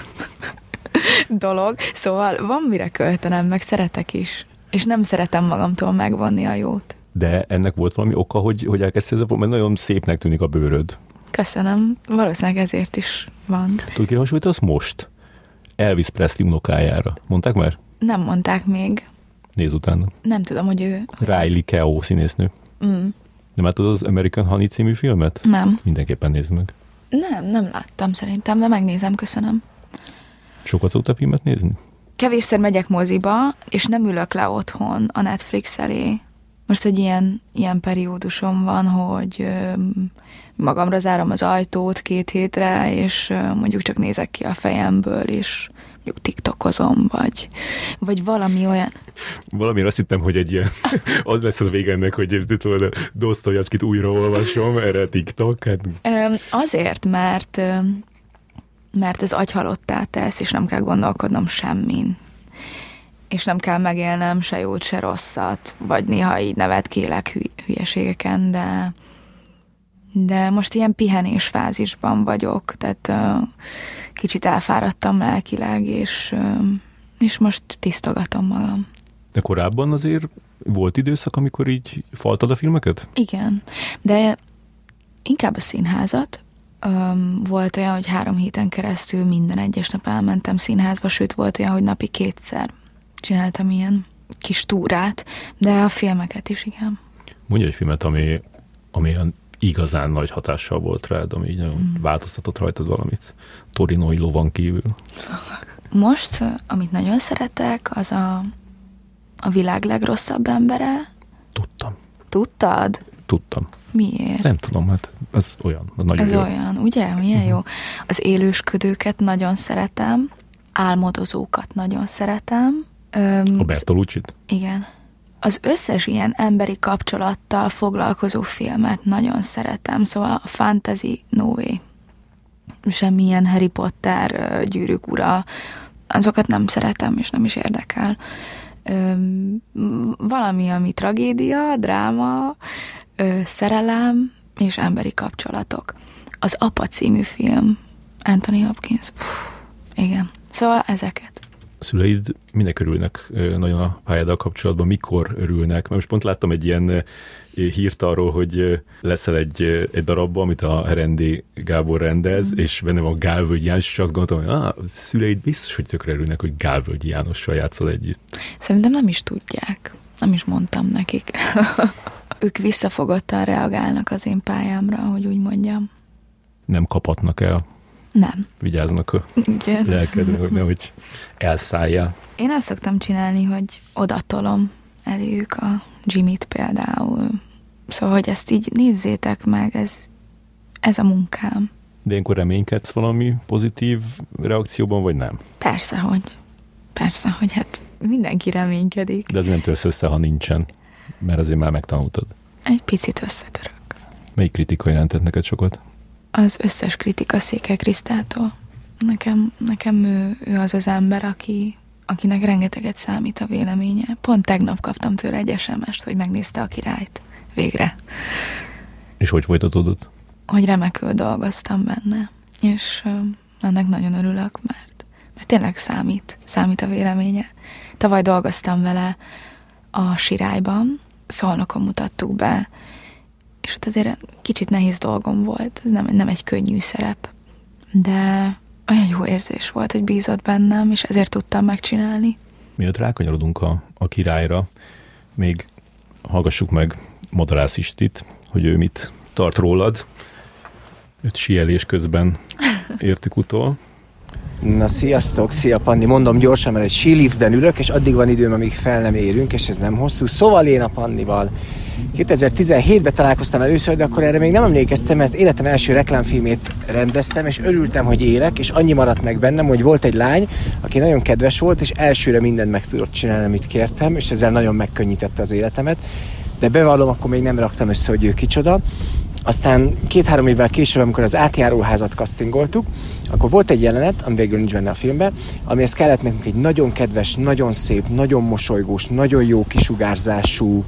dolog. Szóval van mire költenem, meg szeretek is. És nem szeretem magamtól megvonni a jót.
De ennek volt valami oka, hogy, hogy elkezdtél ezzel, mert nagyon szépnek tűnik a bőröd.
Köszönöm. Valószínűleg ezért is van.
Tudod, kire hasonlítasz most? Elvis Presley unokájára. Mondták már?
Nem mondták még.
Nézz utána.
Nem tudom, hogy ő...
Riley Keough színésznő.
Mm.
Nem láttad az American Honey című filmet?
Nem.
Mindenképpen nézd meg.
Nem, nem láttam szerintem, de megnézem, köszönöm.
Sokat szoktál filmet nézni?
Kevésszer megyek moziba, és nem ülök le otthon a Netflix elé. Most egy ilyen, ilyen periódusom van, hogy ö, magamra zárom az ajtót két hétre, és ö, mondjuk csak nézek ki a fejemből, és mondjuk tiktokozom, vagy, vagy valami olyan.
Valamire azt hittem, hogy egy ilyen, az lesz a vége ennek, hogy tudod, Dosztojevszkit újra olvasom, erre TikTok. Hát...
Ö, azért, mert, ö, mert ez agyhalottá tesz, és nem kell gondolkodnom semmin. És nem kell megélnem se jót, se rosszat, vagy néha így nevetkélek hü- hülyeségeken, de, de most ilyen pihenés fázisban vagyok, tehát uh, kicsit elfáradtam lelkileg, és, uh, és most tisztogatom magam.
De korábban azért volt időszak, amikor így faltad a filmeket?
Igen, de inkább a színházat. Um, volt olyan, hogy három héten keresztül minden egyes nap elmentem színházba, sőt volt olyan, hogy napi kétszer csináltam ilyen kis túrát, de a filmeket is, igen.
Mondja egy filmet, ami, ami igazán nagy hatással volt rád, ami így nagyon mm. változtatott rajtad valamit. Torinói lovan kívül.
Most, amit nagyon szeretek, az a, a világ legrosszabb embere.
Tudtam.
Tudtad?
Tudtam.
Miért?
Nem tudom, hát ez olyan. Nagyon
ez
jó.
olyan, ugye? Milyen uh-huh. jó. Az élősködőket nagyon szeretem, álmodozókat nagyon szeretem.
A Bertolucci-t?
Igen. Az összes ilyen emberi kapcsolattal foglalkozó filmet nagyon szeretem, szóval a fantasy no way. Semmilyen Harry Potter, Gyűrűk ura, azokat nem szeretem, és nem is érdekel. Valami, ami tragédia, dráma, szerelem és emberi kapcsolatok. Az Apa című film, Anthony Hopkins. Puh, igen. Szóval ezeket.
A szüleid minek örülnek nagyon a pályáddal kapcsolatban? Mikor örülnek? Mert most pont láttam egy ilyen hírt arról, hogy leszel egy, egy darabban, amit a Herendi Gábor rendez, mm. és benne van Gálvölgyi János, és azt gondoltam, hogy ah, a szüleid biztos, hogy tökre örülnek, hogy Gálvölgyi Jánossal játszol együtt.
Szerintem nem is tudják. Nem is mondtam nekik. Ők visszafogottan reagálnak az én pályámra, hogy úgy mondjam.
Nem kapatnak el?
Nem.
Vigyáznak a
Igen.
lelkedre, hogy nehogy elszálljál.
Én azt szoktam csinálni, hogy odatolom eléjük a Jimmy-t például. Szóval, hogy ezt így nézzétek meg, ez, ez a munkám.
De ilyenkor reménykedsz valami pozitív reakcióban, vagy nem?
Persze, hogy. Persze, hogy hát mindenki reménykedik.
De ez nem törsz össze, ha nincsen, mert azért már megtanultad.
Egy picit összetörök.
Melyik kritika jelentett neked sokat?
Az összes kritika Székely Krisztától. Nekem, nekem ő, ő az az ember, aki, akinek rengeteget számít a véleménye. Pont tegnap kaptam tőle egy es em est, hogy megnézte A Királyt. Végre.
És hogy folytatódott?
Hogy remekül dolgoztam benne. És uh, ennek nagyon örülök, mert, mert tényleg számít. Számít a véleménye. Tavaly dolgoztam vele a Sirályban, Szolnokon mutattuk be, és ott azért kicsit nehéz dolgom volt, ez nem, nem egy könnyű szerep, de olyan jó érzés volt, hogy bízott bennem, és ezért tudtam megcsinálni.
Mielőtt rákanyarodunk a, a Királyra, még hallgassuk meg Madarász Istit, hogy ő mit tart rólad. Őt síelés közben értük utol.
Na sziasztok, szia Panni, mondom gyorsan, mert egy síliftben ülök, és addig van időm, amíg fel nem érünk, és ez nem hosszú. Szóval én a Pannival kétezer-tizenhétben találkoztam először, de akkor erre még nem emlékeztem, mert életem első reklámfilmét rendeztem, és örültem, hogy élek, és annyi maradt meg bennem, hogy volt egy lány, aki nagyon kedves volt, és elsőre mindent meg tudott csinálni, amit kértem, és ezzel nagyon megkönnyítette az életemet. De bevallom, akkor még nem raktam össze, hogy ő kicsoda. Aztán két-három évvel később, amikor az Átjáróházat castingoltuk, akkor volt egy jelenet, ami végül nincs benne a filmben, amihez kellett nekünk egy nagyon kedves, nagyon szép, nagyon mosolygós, nagyon jó kisugárzású,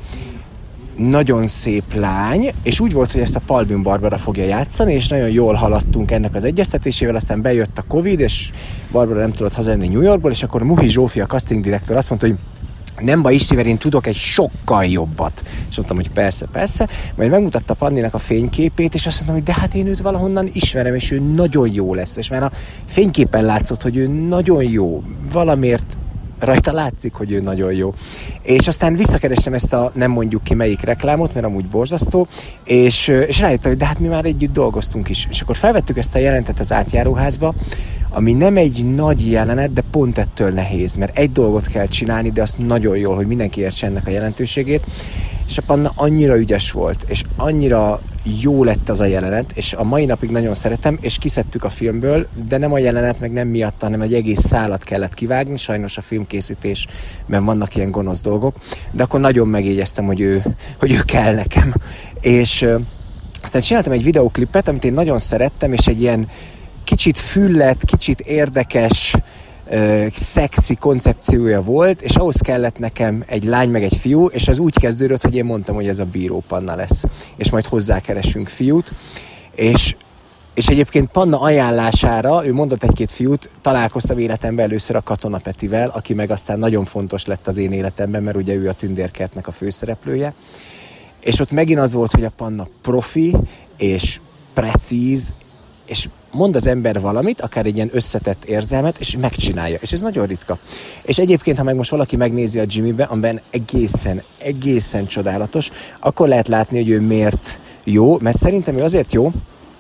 nagyon szép lány, és úgy volt, hogy ezt a Palvin Barbara fogja játszani, és nagyon jól haladtunk ennek az egyeztetésével, aztán bejött a Covid, és Barbara nem tudott hazajönni New Yorkból, és akkor Muhi Zsófi, a casting direktor azt mondta, hogy nem baj Isti, mert én tudok egy sokkal jobbat. És mondtam, hogy persze, persze. Majd megmutatta Panninak a fényképét, és azt mondtam, hogy de hát én őt valahonnan ismerem, és ő nagyon jó lesz. És már a fényképen látszott, hogy ő nagyon jó. Valamiért rajta látszik, hogy ő nagyon jó. És aztán visszakerestem ezt a nem mondjuk ki melyik reklámot, mert amúgy borzasztó, és, és rájöttem, hogy de hát mi már együtt dolgoztunk is. És akkor felvettük ezt a jelentet az Átjáróházba, ami nem egy nagy jelenet, de pont ettől nehéz, mert egy dolgot kell csinálni, de azt nagyon jól, hogy mindenki értse ennek a jelentőségét, és a Panna annyira ügyes volt, és annyira jó lett az a jelenet, és a mai napig nagyon szeretem, és kiszedtük a filmből, de nem a jelenet, meg nem miatt, hanem egy egész szálat kellett kivágni, sajnos a filmkészítésben vannak ilyen gonosz dolgok, de akkor nagyon megjegyeztem, hogy ő, hogy ő kell nekem. És uh, aztán csináltam egy videóklipet, amit én nagyon szerettem, és egy ilyen kicsit füllet, kicsit érdekes, uh, szexi koncepciója volt, és ahhoz kellett nekem egy lány meg egy fiú, és az úgy kezdődött, hogy én mondtam, hogy ez a Bíró Panna lesz, és majd hozzákeresünk fiút, és, és egyébként Panna ajánlására, ő mondott egy-két fiút, találkoztam életemben először a Katona Petivel, aki meg aztán nagyon fontos lett az én életemben, mert ugye ő a Tündérkertnek a főszereplője, és ott megint az volt, hogy a Panna profi, és precíz, és mond az ember valamit, akár egy ilyen összetett érzelmet, és megcsinálja. És ez nagyon ritka. És egyébként, ha meg most valaki megnézi a Jimmy-be, amiben egészen, egészen csodálatos, akkor lehet látni, hogy ő miért jó, mert szerintem ő azért jó,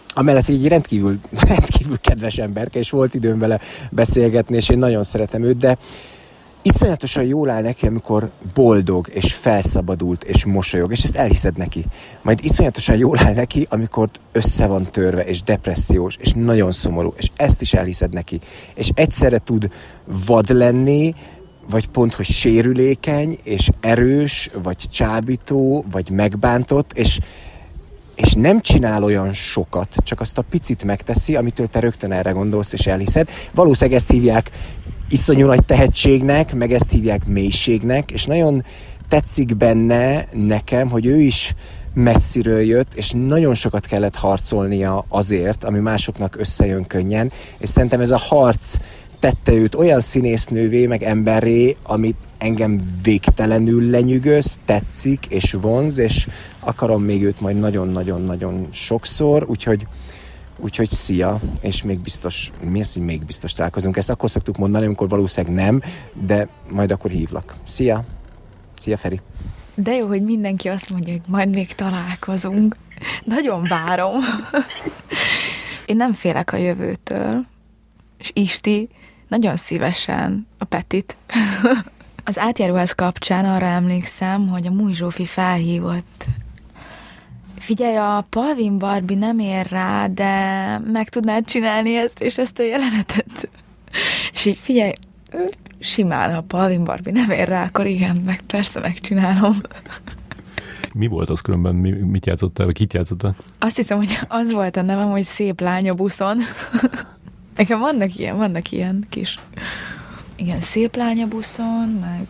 Amellett, hogy egy rendkívül, rendkívül kedves emberke, és volt időm vele beszélgetni, és én nagyon szeretem őt, de iszonyatosan jól áll neki, amikor boldog, és felszabadult, és mosolyog, és ezt elhiszed neki. Majd iszonyatosan jól áll neki, amikor össze van törve, és depressziós, és nagyon szomorú, és ezt is elhiszed neki. És egyszerre tud vad lenni, vagy pont, hogy sérülékeny, és erős, vagy csábító, vagy megbántott, és és nem csinál olyan sokat, csak azt a picit megteszi, amitől te rögtön erre gondolsz, és elhiszed. Valószínűleg ezt hívják iszonyú nagy tehetségnek, meg ezt hívják mélységnek, és nagyon tetszik benne nekem, hogy ő is messziről jött, és nagyon sokat kellett harcolnia azért, ami másoknak összejön könnyen, és szerintem ez a harc tette őt olyan színésznővé, meg emberré, amit engem végtelenül lenyűgöz, tetszik, és vonz, és akarom még őt majd nagyon-nagyon-nagyon sokszor, úgyhogy, úgyhogy szia, és még biztos, mi az, hogy még biztos találkozunk. Ezt akkor szoktuk mondani, amikor valószínűleg nem, de majd akkor hívlak. Szia! Szia, Feri!
De jó, hogy mindenki azt mondja, hogy majd még találkozunk. Nagyon várom. Én nem félek a jövőtől, és Isti nagyon szívesen a Petit. Az átjáróház kapcsán arra emlékszem, hogy a Múj Zsófi felhívott. Figyelj, a Palvin Barbie nem ér rá, de meg tudnád csinálni ezt és ezt a jelenetet. És így figyelj, simán, ha a Palvin Barbie nem ér rá, akkor igen, meg persze megcsinálom.
Mi volt az különben? Mi, mit játszottál, vagy kit játszottál?
Azt hiszem, hogy az volt a nevem, hogy Szép lány a buszon. Nekem vannak ilyen, vannak ilyen kis... Igen, Szép lány a buszon, meg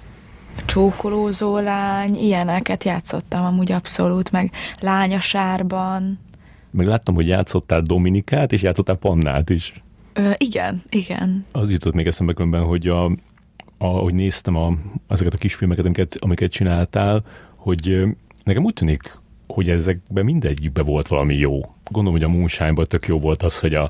Csókolózó lány, ilyeneket játszottam amúgy abszolút, meg Lány a sárban.
Meg láttam, hogy játszottál Dominikát, és játszottál Pannát is.
Ö, igen, igen.
Az jutott még eszembe különben, hogy a, a, ahogy néztem a, azokat a kisfilmeket, amiket, amiket csináltál, hogy nekem úgy tűnik, hogy ezekben mindegyikben volt valami jó. Gondolom, hogy a Moonshine-ban tök jó volt az, hogy a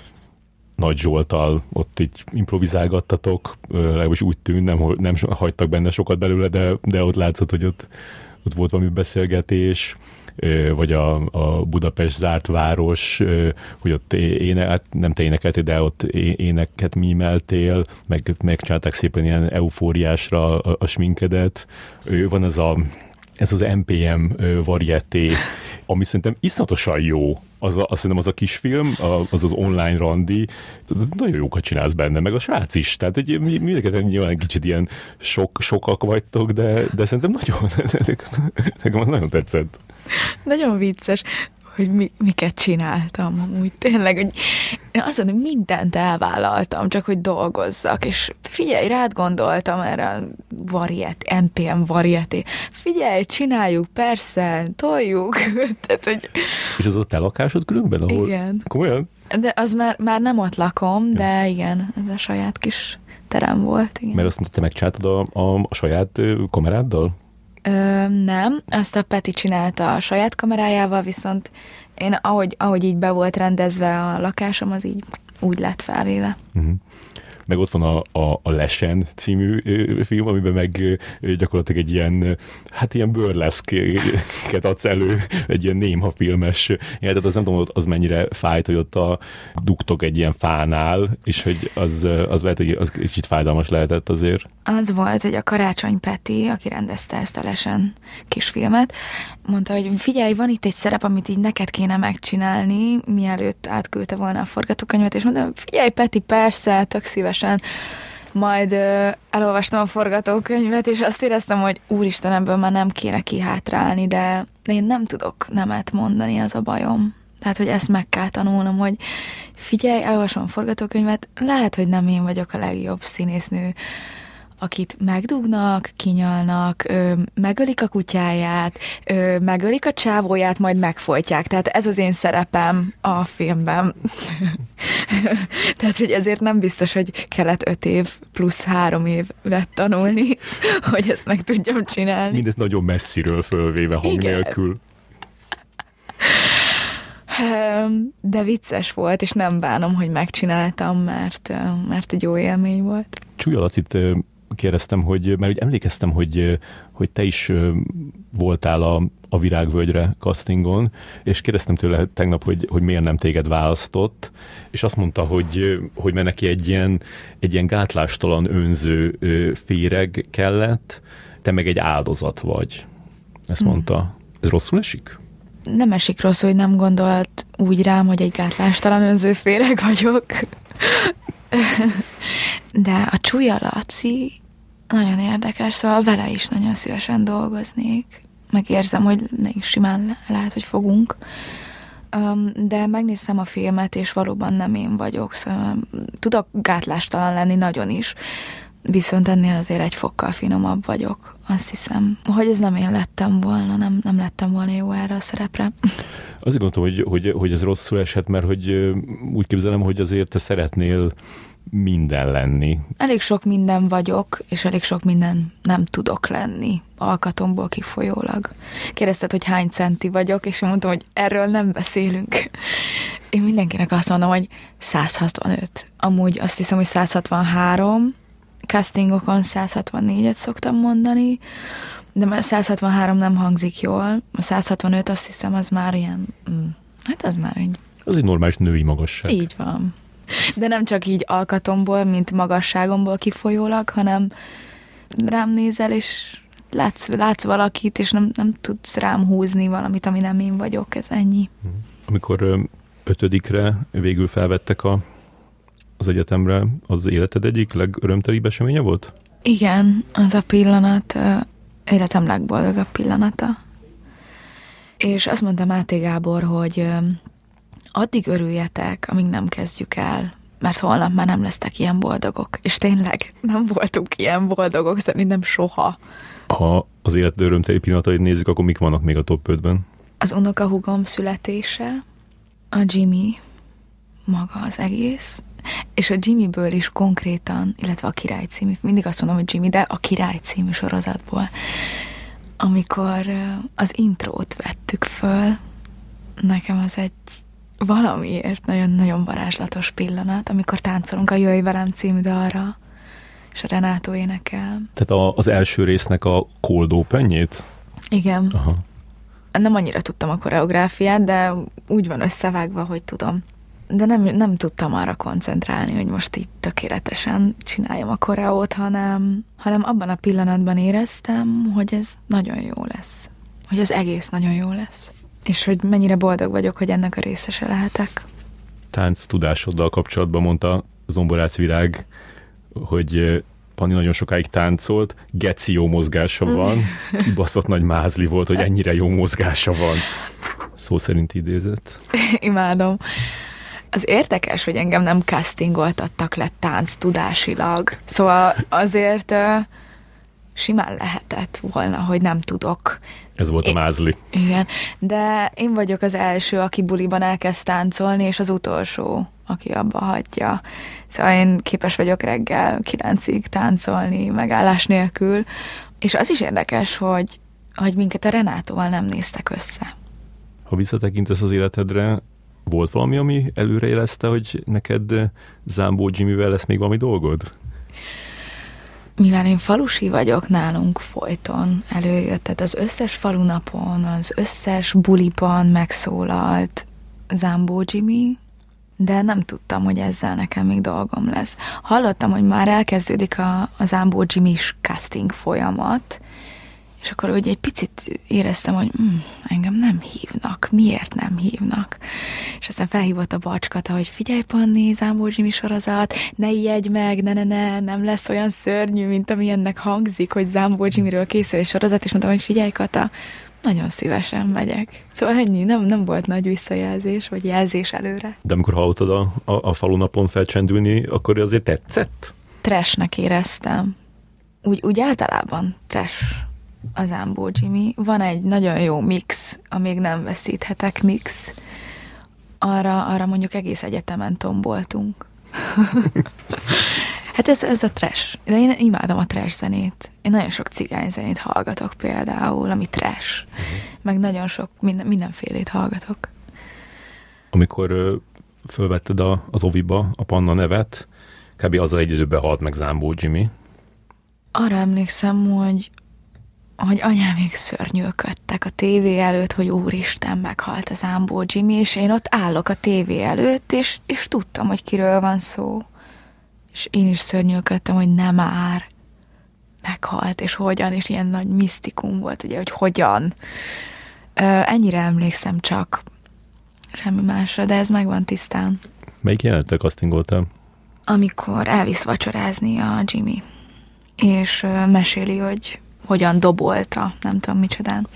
Nagy Zsolttal ott így improvizálgattatok, legalábbis úgy tűnt, nem, nem hagytak benne sokat belőle, de, de ott látszott, hogy ott, ott volt valami beszélgetés, vagy a, a Budapest zárt város, hogy ott éne, hát nem te énekeltél, de ott éneket mímeltél, meg megcsinálták szépen ilyen eufóriásra a, a sminkedet. Van ez a ez az em pé em varieté, ami szerintem iszonyatosan jó. Az, a, azt szerintem az a kisfilm, az az online randi, nagyon jókat csinálsz benne, meg a srác is. Tehát egy, mindeket nyilván egy kicsit ilyen sok, sokak vagytok, de, de szerintem nagyon, nekem az nagyon tetszett.
Nagyon vicces, hogy mi, miket csináltam amúgy. Tényleg, hogy azt mondom, mindent elvállaltam, csak hogy dolgozzak, és figyelj, rád gondoltam erre a variety, em pé em varieté. Figyelj, csináljuk, persze, toljuk. Tehát, hogy...
És az ott a lakásod különben? Ahol...
Igen.
Komolyan?
De az már, már nem ott lakom, de ja. Igen, ez a saját kis terem volt. Igen.
Mert azt mondta, te megcsináltad a, a, a saját kameráddal?
Ö, nem, azt a Peti csinálta a saját kamerájával, viszont én ahogy, ahogy így be volt rendezve a lakásom, az így úgy lett felvéve. Uh-huh.
Meg ott van a, a, a Lesen című film, amiben meg gyakorlatilag egy ilyen, hát ilyen burleszket adsz elő, egy ilyen néma filmes. Tehát az nem tudom, az mennyire fájt, hogy ott a, dugtok egy ilyen fánál, és hogy az, az lehet, hogy az kicsit fájdalmas lehetett azért.
Az volt, hogy a Karácsony Peti, aki rendezte ezt a Lesen kisfilmet, mondta, hogy figyelj, van itt egy szerep, amit így neked kéne megcsinálni, mielőtt átküldte volna a forgatókönyvet, és mondtam, figyelj Peti, persze, tök szívesen. Majd ö, elolvastam a forgatókönyvet, és azt éreztem, hogy úristen, ebből már nem kéne kihátrálni, de, de én nem tudok nemet mondani, az a bajom. Tehát, hogy ezt meg kell tanulnom, hogy figyelj, elolvasom a forgatókönyvet, lehet, hogy nem én vagyok a legjobb színésznő, akit megdugnak, kinyalnak, ö, megölik a kutyáját, ö, megölik a csávóját, majd megfojtják. Tehát ez az én szerepem a filmben. Tehát, hogy ezért nem biztos, hogy kellett öt év plusz három évet tanulni, hogy ezt meg tudjam csinálni.
Mindezt nagyon messziről fölvéve hang
Igen.
nélkül.
De vicces volt, és nem bánom, hogy megcsináltam, mert, mert egy jó élmény volt.
Csúlya Lacit kérdeztem, hogy, mert úgy emlékeztem, hogy, hogy te is voltál a, a Virágvölgyre castingon, és kérdeztem tőle tegnap, hogy, hogy miért nem téged választott, és azt mondta, hogy, hogy mert neki egy ilyen, egy ilyen gátlástalan önző féreg kellett, te meg egy áldozat vagy. Ezt mondta. Ez rosszul esik?
Nem esik rosszul, hogy nem gondolt úgy rám, hogy egy gátlástalan önző féreg vagyok. De a Csúlya Laci nagyon érdekes, szóval vele is nagyon szívesen dolgoznék. Megérzem, hogy simán lehet, hogy fogunk. De megnéztem a filmet, és valóban nem én vagyok, szóval tudok gátlástalan lenni nagyon is, viszont ennél azért egy fokkal finomabb vagyok. Azt hiszem, hogy ez nem én lettem volna, nem, nem lettem volna jó erre a szerepre.
Azért gondoltam, hogy, hogy, hogy ez rosszul esett, mert hogy úgy képzelem, hogy azért te szeretnél minden lenni.
Elég sok minden vagyok, és elég sok minden nem tudok lenni, alkatomból kifolyólag. Kérdezted, hogy hány centi vagyok, és én mondtam, hogy erről nem beszélünk. Én mindenkinek azt mondom, hogy száz hatvanöt. Amúgy azt hiszem, hogy száz hatvanhárom, castingokon száz hatvannégyet szoktam mondani, de már száz hatvanhárom nem hangzik jól. A száz hatvanöt azt hiszem, az már ilyen, mm, hát az már egy...
Az egy normális női magasság.
Így van. De nem csak így alkatomból, mint magasságomból kifolyólag, hanem rám nézel, és látsz, látsz valakit, és nem, nem tudsz rám húzni valamit, ami nem én vagyok, ez ennyi.
Amikor ötödikre végül felvettek a, az egyetemre, az életed egyik legörömtelibb eseménye volt?
Igen, az a pillanat, életem legboldogabb pillanata. És azt mondta Máté Gábor, hogy addig örüljetek, amíg nem kezdjük el, mert holnap már nem lesztek ilyen boldogok. És tényleg nem voltunk ilyen boldogok, szerintem soha.
Ha az élet örömteli pillanatait nézzük, akkor mik vannak még a top ötben?
Az unokahúgom születése, a Jimmy, maga az egész, és a Jimmyből is konkrétan, illetve a Király című, mindig azt mondom, hogy Jimmy, de a Király című sorozatból, amikor az intrót vettük föl, nekem az egy valamiért nagyon-nagyon varázslatos pillanat, amikor táncolunk a Jöjj velem című dalra, és a Renátó énekel.
Tehát a, az első résznek a cold openjét?
Igen.
Aha.
Nem annyira tudtam a koreográfiát, de úgy van összevágva, hogy tudom. De nem, nem tudtam arra koncentrálni, hogy most így tökéletesen csináljam a koreót, hanem, hanem abban a pillanatban éreztem, hogy ez nagyon jó lesz. Hogy az egész nagyon jó lesz. És hogy mennyire boldog vagyok, hogy ennek a részese lehetek.
Tánc tudásoddal kapcsolatban mondta Zomborác Virág, hogy Panni nagyon sokáig táncolt, geci jó mozgása van, kibaszott nagy mázli volt, hogy ennyire jó mozgása van. Szó szerint idézett.
Imádom. Az érdekes, hogy engem nem castingoltattak le tánc tudásilag. Szóval azért uh, simán lehetett volna, hogy nem tudok.
Ez volt a mázli.
É, igen, de én vagyok az első, aki buliban elkezd táncolni, és az utolsó, aki abba hagyja. Szóval én képes vagyok reggel kilencig táncolni, megállás nélkül. És az is érdekes, hogy, hogy minket a Renátóval nem néztek össze.
Ha visszatekintesz az életedre, volt valami, ami előrejelezte, hogy neked Zámbó Jimmyvel lesz még valami dolgod?
Mivel én falusi vagyok, nálunk folyton előjött, tehát az összes falunapon, az összes buliban megszólalt Zámbó Jimmy, de nem tudtam, hogy ezzel nekem még dolgom lesz. Hallottam, hogy már elkezdődik a, a Zámbó Jimmy-s casting folyamat, és akkor úgy egy picit éreztem, hogy hm, engem nem hívnak, miért nem hívnak? És aztán felhívott a Bacskata, hogy figyelj Panni, Zámbó Jimmy sorozat, ne ijedj meg, ne, ne, ne, nem lesz olyan szörnyű, mint ami ennek hangzik, hogy Zámbó Jimmyről készül egy sorozat, és mondtam, hogy figyelj Kata, nagyon szívesen megyek. Szóval ennyi, nem, nem volt nagy visszajelzés, vagy jelzés előre.
De amikor hallottad a, a, a falunapon felcsendülni, akkor azért tetszett?
Trashnek éreztem. Úgy, úgy általában trash az Zámbó Jimmy. Van egy nagyon jó mix, a még nem veszíthetek mix. Arra, arra mondjuk egész egyetemen tomboltunk. Hát ez, ez a trash. De én imádom a trash zenét. Én nagyon sok cigány zenét hallgatok például, ami trash. Uh-huh. Meg nagyon sok, minden, mindenfélét hallgatok.
Amikor ö, fölvetted a, az oviba a Panna nevet, kb. Azzal egy időben halt meg Zámbó Jimmy.
Arra emlékszem, hogy, hogy anyámék szörnyűködtek a tévé előtt, hogy úristen, meghalt az Ámbó Jimmy, és én ott állok a tévé előtt, és, és tudtam, hogy kiről van szó. És én is szörnyűködtem, hogy nem már meghalt, és hogyan, és ilyen nagy misztikum volt, ugye, hogy hogyan. Ennyire emlékszem csak, semmi másra, de ez megvan tisztán.
Melyik jelenettel castingoltál?
Amikor elvisz vacsorázni a Jimmy, és meséli, hogy hogyan dobolta, nem tudom micsodán.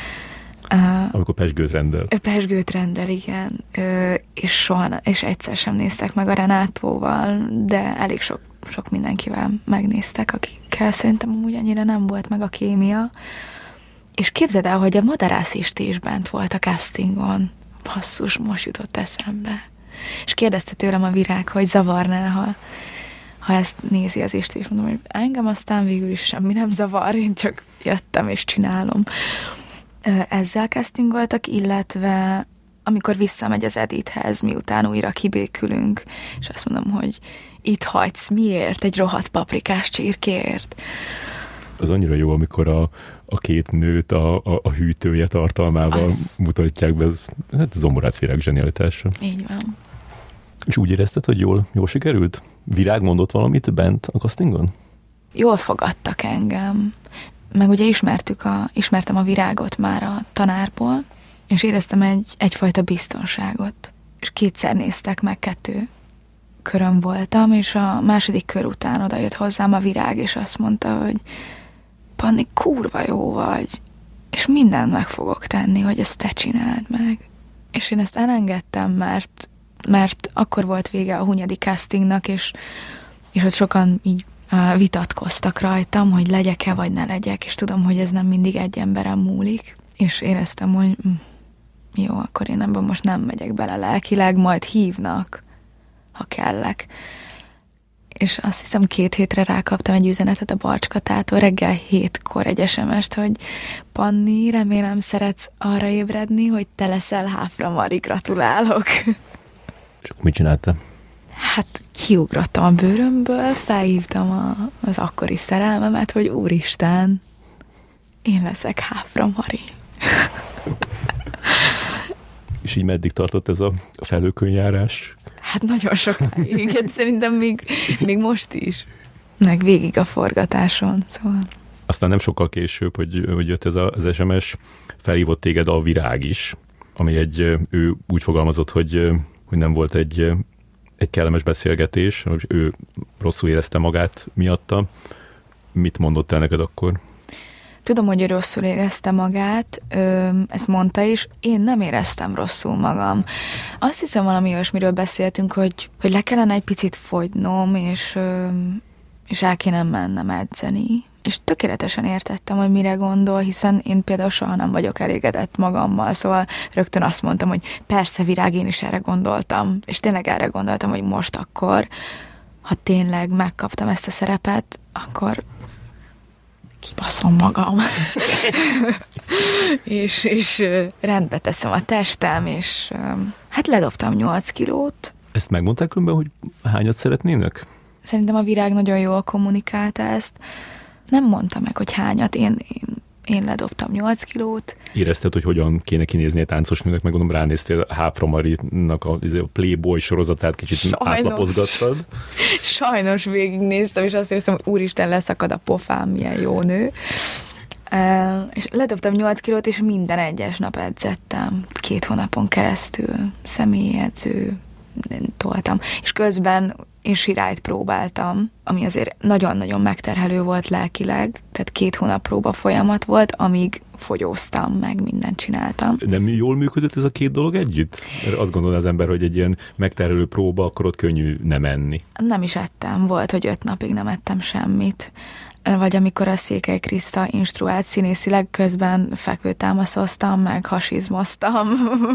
Amikor pezsgőt rendel.
Pezsgőt rendel, igen. És soha, és egyszer sem néztek meg a Renátóval, de elég sok, sok mindenkivel megnéztek, akikkel szerintem amúgy annyira nem volt meg a kémia. És képzeld el, hogy a Madarász Isti is bent volt a castingon. Basszus, most jutott eszembe. És kérdezte tőlem a Virág, hogy zavarná, ha, ha ezt nézi az Isti, és mondom, hogy engem aztán végül is semmi nem zavar, én csak jöttem és csinálom. Ezzel castingoltak, illetve amikor visszamegy az Edithez, miután újra kibékülünk, és azt mondom, hogy itt hagysz, miért? Egy rohadt paprikás csirkéért.
Az annyira jó, amikor a, a két nőt a, a, a hűtője tartalmával az... mutatják be, ez hát Zomborác Virág zsenialitása.
Így van.
És úgy érezted, hogy jól, jól sikerült? Virág mondott valamit bent a castingon?
Jól fogadtak engem. Meg ugye ismertük a, ismertem a Virágot már a tanárból, és éreztem egy, egyfajta biztonságot. És kétszer néztek meg, kettő köröm voltam, és a második kör után oda jött hozzám a Virág, és azt mondta, hogy Panni, kurva jó vagy, és mindent meg fogok tenni, hogy ezt te csináld meg. És én ezt elengedtem, mert, mert akkor volt vége a Hunyadi castingnak, és, és ott sokan így uh, vitatkoztak rajtam, hogy legyek-e, vagy ne legyek, és tudom, hogy ez nem mindig egy emberen múlik, és éreztem, hogy mm, jó, akkor én ebben most nem megyek bele lelkileg, majd hívnak, ha kellek. És azt hiszem két hétre rákaptam egy üzenetet a Barcskatától, reggel hétkor egy es em est, hogy Panni, remélem szeretsz arra ébredni, hogy te leszel Háfra Mari, gratulálok.
És akkor mit csináltál?
Hát kiugrottam a bőrömből, felhívtam a, az akkori szerelmemet, hogy úristen, én leszek Háfra Mari.
És így meddig tartott ez a felhőkönjárás?
Hát nagyon sokáig, hát szerintem még, még most is. Meg végig a forgatáson, szóval.
Aztán nem sokkal később, hogy, hogy jött ez az es em es, felhívott téged a Virág is, ami egy, ő úgy fogalmazott, hogy, hogy nem volt egy, egy kellemes beszélgetés, ő rosszul érezte magát miatta. Mit mondott el neked akkor?
Tudom, hogy ő rosszul érezte magát, ezt mondta is, én nem éreztem rosszul magam. Azt hiszem, valami olyasmiről beszéltünk, hogy, hogy le kellene egy picit fogynom, és, és el kéne mennem edzeni. És tökéletesen értettem, hogy mire gondol, hiszen én például soha nem vagyok elégedett magammal, szóval rögtön azt mondtam, hogy persze, Virág, én is erre gondoltam, és tényleg erre gondoltam, hogy most akkor, ha tényleg megkaptam ezt a szerepet, akkor kibaszom magam. és, és rendbe teszem a testem, és hát ledobtam nyolc kilót.
Ezt megmondták különben, hogy hányat szeretnének?
Szerintem a Virág nagyon jól kommunikálta ezt. Nem mondta meg, hogy hányat, én, én, én ledobtam nyolc kilót.
Érezted, hogy hogyan kéne kinézni egy táncosnőnek, meg gondolom ránéztél Háfra Marinak a, a Playboy sorozatát, kicsit Sajnos. átlapozgattad.
Sajnos végignéztem, és azt éreztem, hogy úristen, leszakad a pofám, milyen jó nő. Uh, és ledobtam nyolc kilót, és minden egyes nap edzettem. Két hónapon keresztül személyi edző toltam. És közben én sirályt próbáltam, ami azért nagyon-nagyon megterhelő volt lelkileg, tehát két hónap próba folyamat volt, amíg fogyóztam, meg mindent csináltam.
Nem jól működött ez a két dolog együtt? Mert azt gondolja az ember, hogy egy ilyen megterhelő próba, akkor ott könnyű nem enni.
Nem is ettem. Volt, hogy öt napig nem ettem semmit. Vagy amikor a Székely Kriszta instruált színészileg, közben fekvőtámaszoztam, meg hasizmoztam.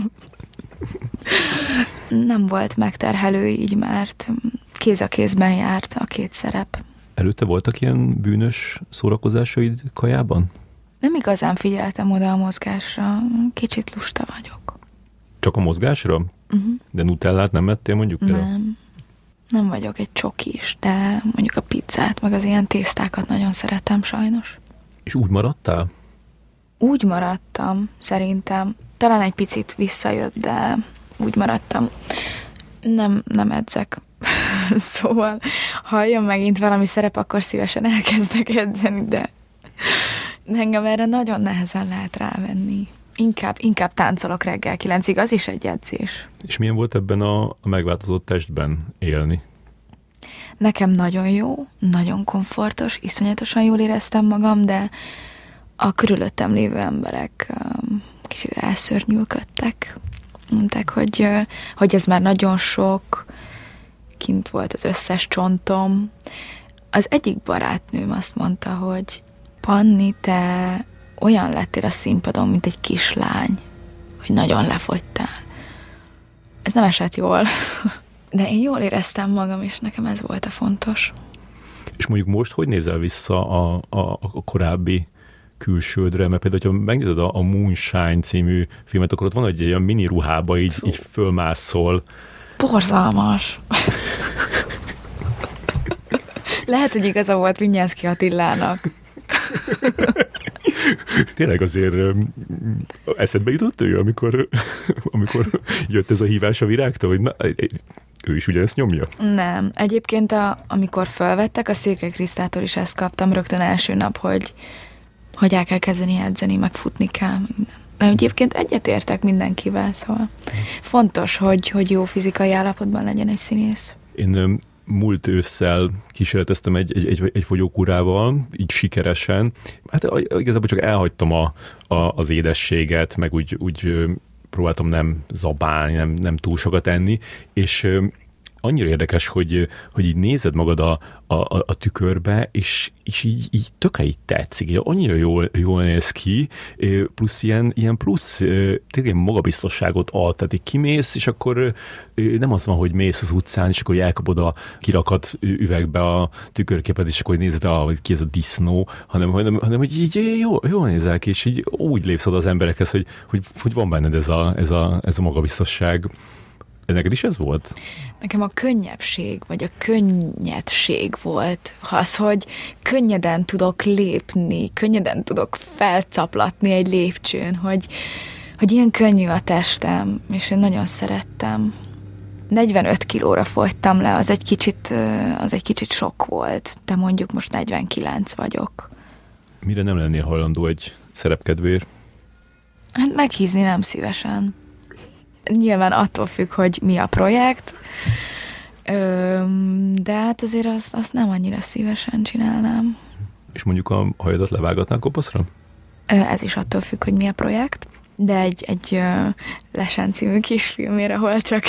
Nem volt megterhelő így, mert kéz a kézben járt a két szerep.
Előtte voltak ilyen bűnös szórakozásaid kajában?
Nem igazán figyeltem oda a mozgásra, kicsit lusta vagyok.
Csak a mozgásra? Uh-huh. De nutellát nem ettél mondjuk?
Nem. Nem vagyok egy csokis, de mondjuk a pizzát, meg az ilyen tésztákat nagyon szeretem sajnos.
És úgy maradtál?
Úgy maradtam, szerintem. Talán egy picit visszajött, de úgy maradtam. Nem, nem edzek. Szóval, ha jön megint valami szerep, akkor szívesen elkezdek edzeni, de engem erre nagyon nehezen lehet rávenni. Inkább, inkább táncolok reggel kilencig, az is egy edzés.
És milyen volt ebben a, a megváltozott testben élni?
Nekem nagyon jó, nagyon komfortos, iszonyatosan jól éreztem magam, de a körülöttem lévő emberek um, kicsit elszörnyűködtek. Mondták, hogy, hogy ez már nagyon sok, kint volt az összes csontom. Az egyik barátnőm azt mondta, hogy Panni, te olyan lettél a színpadon, mint egy kislány, hogy nagyon lefogytál. Ez nem esett jól, de én jól éreztem magam, és nekem ez volt a fontos.
És mondjuk most hogy nézel vissza a, a, a korábbi külsődre? Mert például, ha megnézed a, a Moonshine című filmet, akkor ott van egy ilyen mini ruhába, így, így fölmászol.
Borzalmas. Lehet, hogy igaza volt Vinyánszky Attilának.
Tényleg azért eszedbe jutott ő, amikor, amikor jött ez a hívás a Virágtól, hogy na, ő is ugyanezt nyomja?
Nem. Egyébként a, amikor felvettek, a Székely Krisztától is ezt kaptam rögtön első nap, hogy, hogy el kell kezdeni edzeni, meg futni kell minden. De egyébként egyetértek mindenkivel, szóval fontos, hogy, hogy jó fizikai állapotban legyen egy színész.
Én múlt ősszel kísérleteztem egy, egy, egy, egy fogyókúrával, így sikeresen. Hát igazából csak elhagytam a, a, az édességet, meg úgy, úgy próbáltam nem zabálni, nem, nem túl sokat enni, és annyira érdekes, hogy, hogy így nézed magad a, a, a tükörbe, és, és így, így tökre így tetszik, így annyira jól, jól néz ki, plusz ilyen, ilyen plusz tényleg magabiztosságot ad, tehát így kimész, és akkor nem az van, hogy mész az utcán, és akkor elkapod a kirakat üvegbe a tükörképet, és akkor nézed, hogy ki ez a disznó, hanem, hanem, hanem hogy így jól, jól nézel ki, és így úgy lépsz oda az emberekhez, hogy, hogy, hogy van benned ez a, ez a, ez a magabiztosság. Neked is ez volt?
Nekem a könnyebbség, vagy a könnyedség volt. Az, hogy könnyeden tudok lépni, könnyeden tudok felcaplatni egy lépcsőn, hogy, hogy ilyen könnyű a testem, és én nagyon szerettem. negyvenöt kilóra fogytam le, az egy kicsit, az egy kicsit sok volt, de mondjuk most negyvenkilenc vagyok.
Mire nem lennél hajlandó egy szerepkedvéért?
Hát meghízni nem szívesen. Nyilván attól függ, hogy mi a projekt, de hát azért azt, azt nem annyira szívesen csinálnám.
És mondjuk a hajadat levágatnál kopaszra?
Ez is attól függ, hogy mi a projekt, de egy, egy Lesen című kisfilmére, ahol csak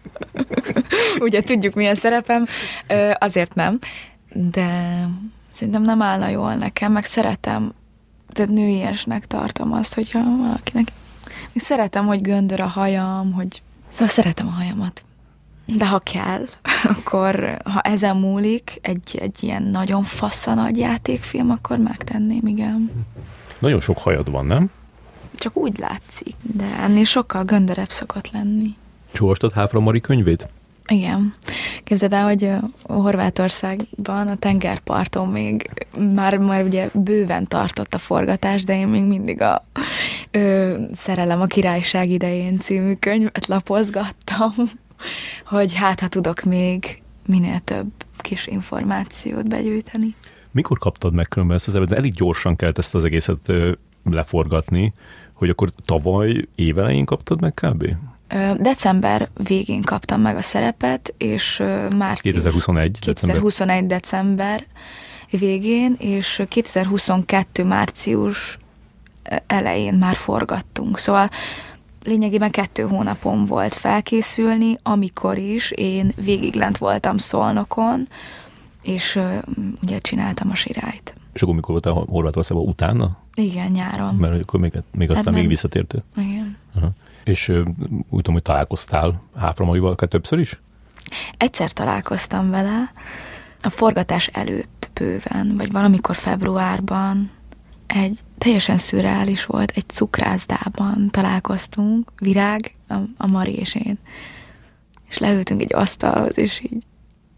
ugye tudjuk, milyen szerepem, azért nem, de szerintem nem állna jól nekem, meg szeretem, tehát nőiesnek tartom azt, hogyha valakinek szeretem, hogy göndör a hajam, hogy... Szóval szeretem a hajamat. De ha kell, akkor ha ezen múlik egy, egy ilyen nagyon fassza nagy játékfilm, akkor megtenném, igen.
Nagyon sok hajad van, nem?
Csak úgy látszik, de ennél sokkal göndörebb szokott lenni.
És olvastad Háfra Mari könyvét?
Igen. Képzeld el, hogy Horvátországban a tengerparton még már, már ugye bőven tartott a forgatás, de én még mindig a ö, Szerelem a királyság idején című könyvet lapozgattam, hogy hát ha tudok még minél több kis információt begyűjteni.
Mikor kaptad meg különben ezt az ebben? Elég gyorsan kellett ezt az egészet ö, leforgatni, hogy akkor tavaly évelején kaptad meg kb.?
December végén kaptam meg a szerepet, és március...
kétezer-huszonegy,
kétezer-huszonegy december végén, és kétezer-huszonkettő március elején már forgattunk. Szóval lényegében kettő hónapom volt felkészülni, amikor is én végig lent voltam Szolnokon, és ugye csináltam a Sirályt.
És akkor mikor voltál Horvátországban utána?
Igen, nyáron.
Mert akkor még, még aztán hát még visszatértél.
Igen.
Aha. És úgy tudom, hogy találkoztál Háfra Marival többször is?
Egyszer találkoztam vele, a forgatás előtt bőven, vagy valamikor februárban, egy teljesen szürreális volt, egy cukrászdában találkoztunk, Virág, a, a Mari és én. És leültünk egy asztalhoz, és így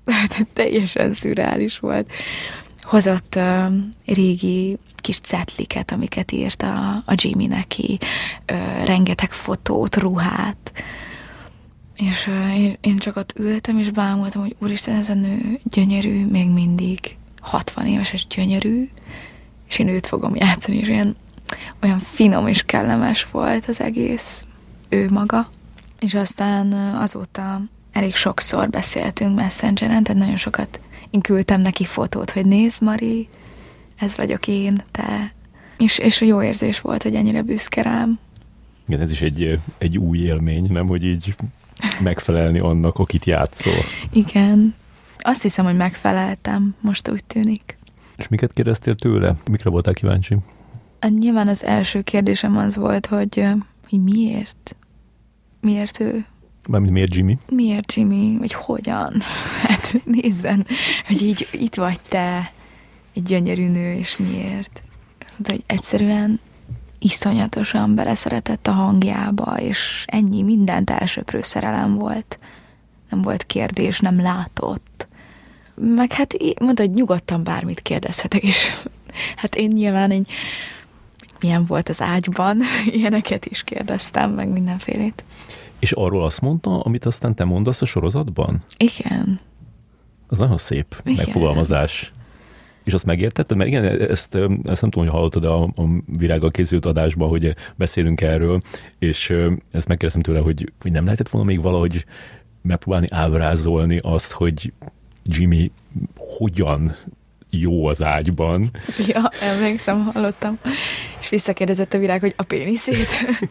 Teljesen szürreális volt. Hozott uh, régi kis cetliket, amiket írt a, a Jimmy neki, uh, rengeteg fotót, ruhát. És uh, én, én csak ott ültem, és bámultam, hogy úristen, ez a nő gyönyörű, még mindig hatvan éves, és gyönyörű, és én őt fogom játszani, és olyan, olyan finom és kellemes volt az egész, ő maga. És aztán uh, azóta elég sokszor beszéltünk Messengeren, tehát nagyon sokat én küldtem neki fotót, hogy nézd, Mari, ez vagyok én, te. És, és jó érzés volt, hogy ennyire büszke rám.
Igen, ez is egy, egy új élmény, nem, hogy így megfelelni annak, akit játszol.
Igen. Azt hiszem, hogy megfeleltem, most úgy tűnik.
És miket kérdeztél tőle? Mikre voltál kíváncsi?
Hát nyilván az első kérdésem az volt, hogy, hogy miért? Miért ő?
Mármint miért Jimmy?
Miért Jimmy? Vagy hogyan? Hát nézzen, hogy így itt vagy te, egy gyönyörű nő, és miért? Azt mondta, hogy egyszerűen iszonyatosan beleszeretett a hangjába, és ennyi, mindent elsöprő szerelem volt. Nem volt kérdés, nem látott. Meg hát mondta, hogy nyugodtan bármit kérdezhetek, és hát én nyilván egy, milyen volt az ágyban, ilyeneket is kérdeztem, meg mindenfélét.
És arról azt mondta, amit aztán te mondasz a sorozatban?
Igen.
Az nagyon szép igen. megfogalmazás. És azt megértetted? Mert igen, ezt, ezt nem tudom, hogy hallottad a, a Virággal készült adásban, hogy beszélünk erről, és ezt megkérdeztem tőle, hogy, hogy nem lehetett volna még valahogy megpróbálni ábrázolni azt, hogy Jimmy hogyan jó az ágyban.
Ja, emlékszem, hallottam. És visszakérdezett a Virág, hogy a péniszét.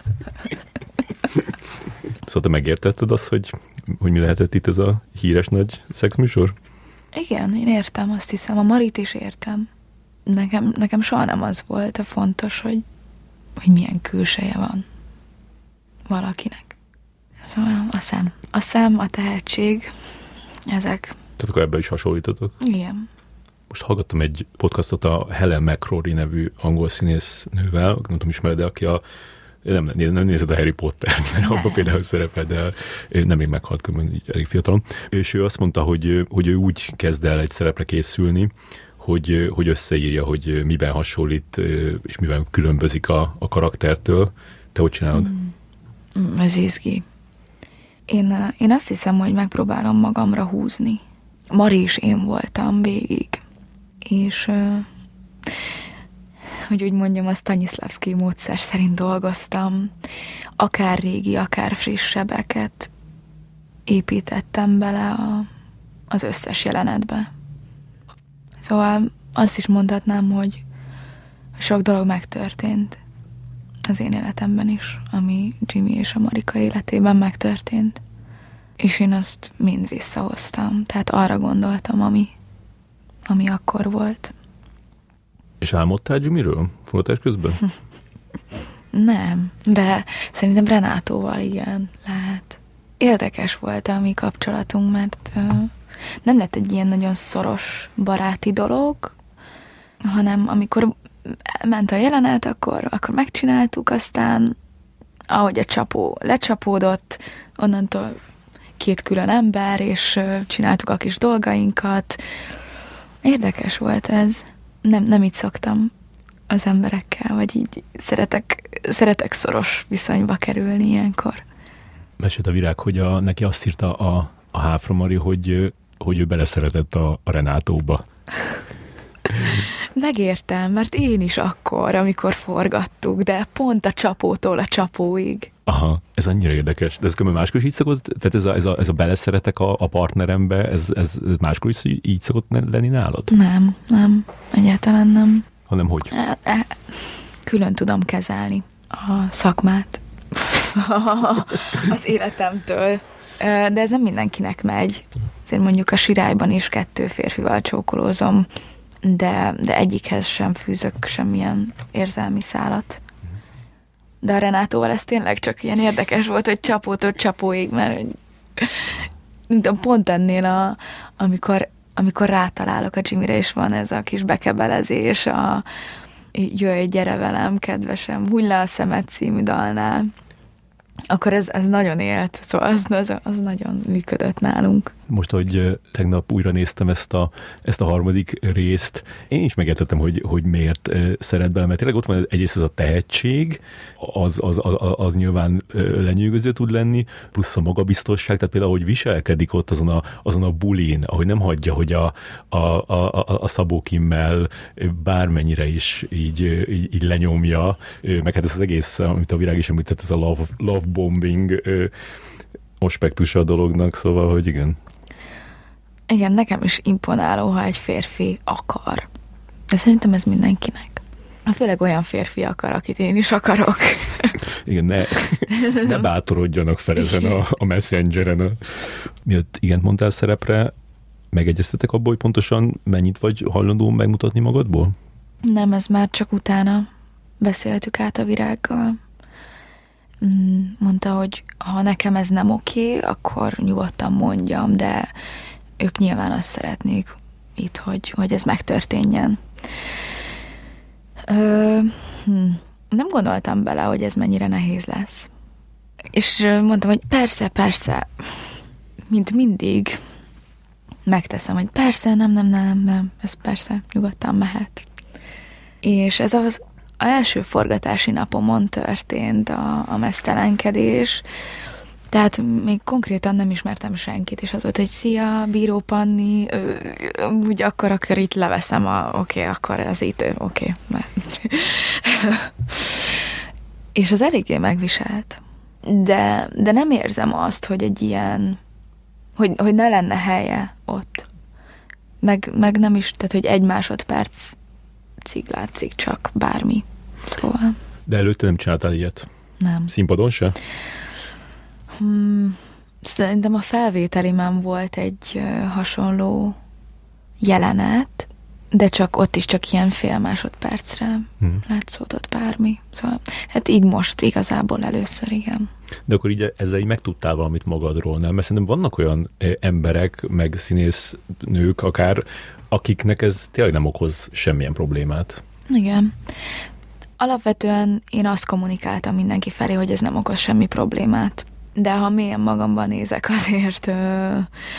Szóval te megértetted azt, hogy, hogy mi lehetett itt ez a híres nagy szexműsor?
Igen, én értem, azt hiszem. A Marit is értem. Nekem, nekem soha nem az volt a fontos, hogy, hogy milyen külseje van valakinek. Szóval a szem. A szem, a tehetség, ezek.
Tehát akkor ebben is hasonlítotok?
Igen.
Most hallgattam egy podcastot a Helen McCrory nevű angol színésznővel, nem tudom, ismered, de aki a Nem, nem nézed a Harry Pottert, mert abban például szerepel, de nemrég meghalt, különben így elég fiatalon. És ő azt mondta, hogy, hogy ő úgy kezd el egy szerepre készülni, hogy, hogy összeírja, hogy miben hasonlít, és miben különbözik a, a karaktertől. Te hogy csinálod?
Mm, ez izgi. Én, én azt hiszem, hogy megpróbálom magamra húzni. Mari is én voltam végig. És... hogy úgy mondjam, a Stanislavski módszer szerint dolgoztam. Akár régi, akár frissebbeket építettem bele a, az összes jelenetbe. Szóval azt is mondhatnám, hogy sok dolog megtörtént az én életemben is, ami Jimmy és a Marika életében megtörtént. És én azt mind visszahoztam. Tehát arra gondoltam, ami, ami akkor volt.
És álmodtál Jimmyről forgatás közben?
Nem, de szerintem Renátóval igen, lehet. Érdekes volt a mi kapcsolatunk, mert uh, nem lett egy ilyen nagyon szoros baráti dolog, hanem amikor ment a jelenet, akkor, akkor megcsináltuk, aztán ahogy a csapó lecsapódott, onnantól két külön ember, és uh, csináltuk a kis dolgainkat. Érdekes volt ez. Nem, nem így szoktam az emberekkel, vagy így szeretek, szeretek szoros viszonyba kerülni ilyenkor.
Mesélt a Virág, hogy a, neki azt írta a, a Háfra Mari, hogy, hogy ő beleszeretett a, a Renátóba.
Megértem, mert én is akkor, amikor forgattuk, de pont a csapótól a csapóig.
Aha, ez annyira érdekes. De ez különben máskor is így szokott, tehát ez a, ez a, ez a beleszeretek a, a partnerembe, ez, ez, ez máskor is így szokott lenni nálad?
Nem, nem, egyáltalán nem.
Hanem hogy?
Külön tudom kezelni a szakmát az életemtől. De ez nem mindenkinek megy. Azért mondjuk a Sirályban is kettő férfival csókolózom, de, de egyikhez sem fűzök semmilyen érzelmi szálat. De a Renátóval ez tényleg csak ilyen érdekes volt, hogy csapótól csapóig, mert pont ennél, a, amikor, amikor rátalálok a Jimmyre, és van ez a kis bekebelezés, a Jöjj, gyere velem, kedvesem, Húgy le a szemed című dalnál, akkor ez, ez nagyon élt, szóval az, az, az nagyon működött nálunk.
Most, hogy tegnap újra néztem ezt a, ezt a harmadik részt, én is megértettem, hogy, hogy miért szeret bele, mert tényleg ott van egyrészt ez a tehetség, az, az, az, az nyilván lenyűgöző tud lenni, plusz a magabiztosság, tehát például, hogy viselkedik ott azon a, azon a bulin, ahogy nem hagyja, hogy a, a, a, a Szabó Kimmel bármennyire is így, így, így lenyomja, meg hát ez az egész, amit a Virág is említett, ez a love, love bombing aspektusa a dolognak, szóval, hogy igen.
Igen, nekem is imponáló, ha egy férfi akar. De szerintem ez mindenkinek. Főleg olyan férfi akar, akit én is akarok.
Igen, ne, ne bátorodjanak fel ezen a, a Messengeren. A... Miatt igent mondtál szerepre, megegyeztetek abból, hogy pontosan mennyit vagy hajlandó megmutatni magadból?
Nem, ez már csak utána beszéltük át a Virággal. Mondta, hogy ha nekem ez nem oké, akkor nyugodtan mondjam, de ők nyilván azt szeretnék itt, hogy, hogy ez megtörténjen. Ö, hm, nem gondoltam bele, hogy ez mennyire nehéz lesz. És mondtam, hogy persze, persze, mint mindig megteszem, hogy persze, nem, nem, nem, nem, ez persze, nyugodtan mehet. És ez az első forgatási napomon történt a, a meztelenkedés, tehát még konkrétan nem ismertem senkit, és az volt, hogy szia, Bíró Panni, úgy akkor, akkor itt leveszem a, oké, okay, akkor ez itt, oké. Okay. És az eléggé megviselt. De, de nem érzem azt, hogy egy ilyen, hogy, hogy ne lenne helye ott. Meg, meg nem is, tehát, hogy egy másodperc cig látszik csak bármi. Szóval.
De előtte nem csináltál ilyet?
Nem.
Színpadon se?
Hmm, szerintem a felvételimen volt egy uh, hasonló jelenet, de csak ott is csak ilyen fél másodpercre hmm. látszódott bármi. Szóval, hát így most igazából először, igen.
De akkor így ezzel így megtudtál valamit magadról, nem? Mert szerintem vannak olyan emberek, meg színésznők akár, akiknek ez tényleg nem okoz semmilyen problémát.
Igen. Alapvetően én azt kommunikáltam mindenki felé, hogy ez nem okoz semmi problémát. De ha mélyen magamban nézek, azért ö,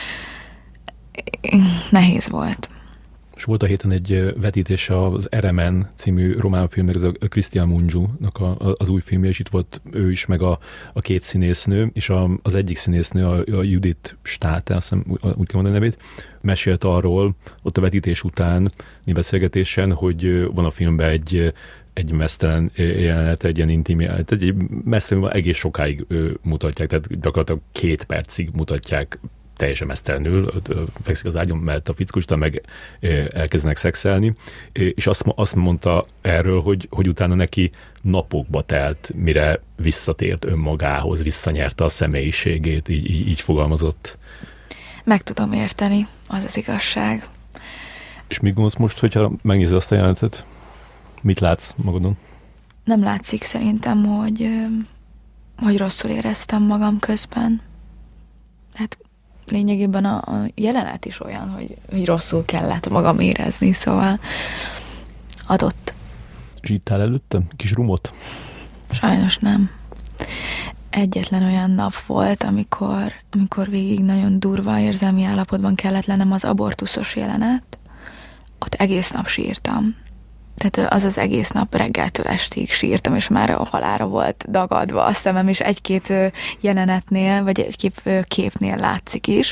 nehéz volt.
És volt a héten egy vetítés az Eremen című román filmnek, ez a Cristian Mungiu-nak a, az új filmje, és itt volt ő is, meg a, a két színésznő, és a, az egyik színésznő, a, a Judith Státe, azt hiszem, úgy kell mondani a nevét, mesélt arról, ott a vetítés után, beszélgetésen, hogy van a filmben egy egy mesztelen jelenet, egy ilyen intim jelenet, egy mesztelen egész sokáig mutatják, tehát gyakorlatilag két percig mutatják teljesen mesztelenül, fekszik az ágyon mellett a fickó, utána meg elkezdenek szexelni, és azt, azt mondta erről, hogy, hogy utána neki napokba telt, mire visszatért önmagához, visszanyerte a személyiségét, így, így, így fogalmazott.
Meg tudom érteni, az az igazság.
És mit gondolsz most, hogyha megnézed azt a jelenetet? Mit látsz magadon?
Nem látszik szerintem, hogy, hogy rosszul éreztem magam közben. Hát lényegében a, a jelenet is olyan, hogy, hogy rosszul kellett magam érezni, szóval adott.
És ittál előtte? Kis rumot?
Sajnos nem. Egyetlen olyan nap volt, amikor, amikor végig nagyon durva érzelmi állapotban kellett lennem, az abortuszos jelenet. Ott egész nap sírtam. Tehát az az egész nap reggeltől estig sírtam, és már a halálra volt dagadva a szemem, és egy-két jelenetnél, vagy egy-két képnél látszik is.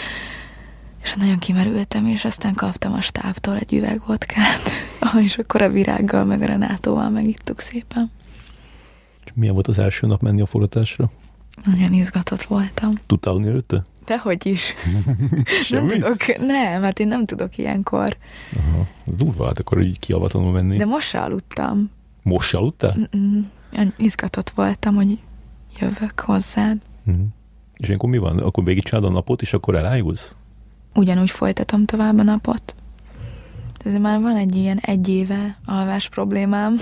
És nagyon kimerültem, és aztán kaptam a stábtól egy üveg vodkát, és akkor a Virággal, meg a Renátóval megittuk szépen.
És milyen volt az első nap menni a forgatásra?
Nagyon izgatott voltam.
Tudtál aludni előtte?
Dehogy is. nem tudok, nem, hát én nem tudok ilyenkor.
Aha, durva, hát akkor így kiavatlanul menni.
De most se aludtam.
Most se aludtál?
Mm-mm. Izgatott voltam, hogy jövök hozzád.
Mm. És ilyenkor mi van? Akkor végigcsinálod a napot, és akkor elájulsz?
Ugyanúgy folytatom tovább a napot. Ez már van egy ilyen egy éve alvás problémám.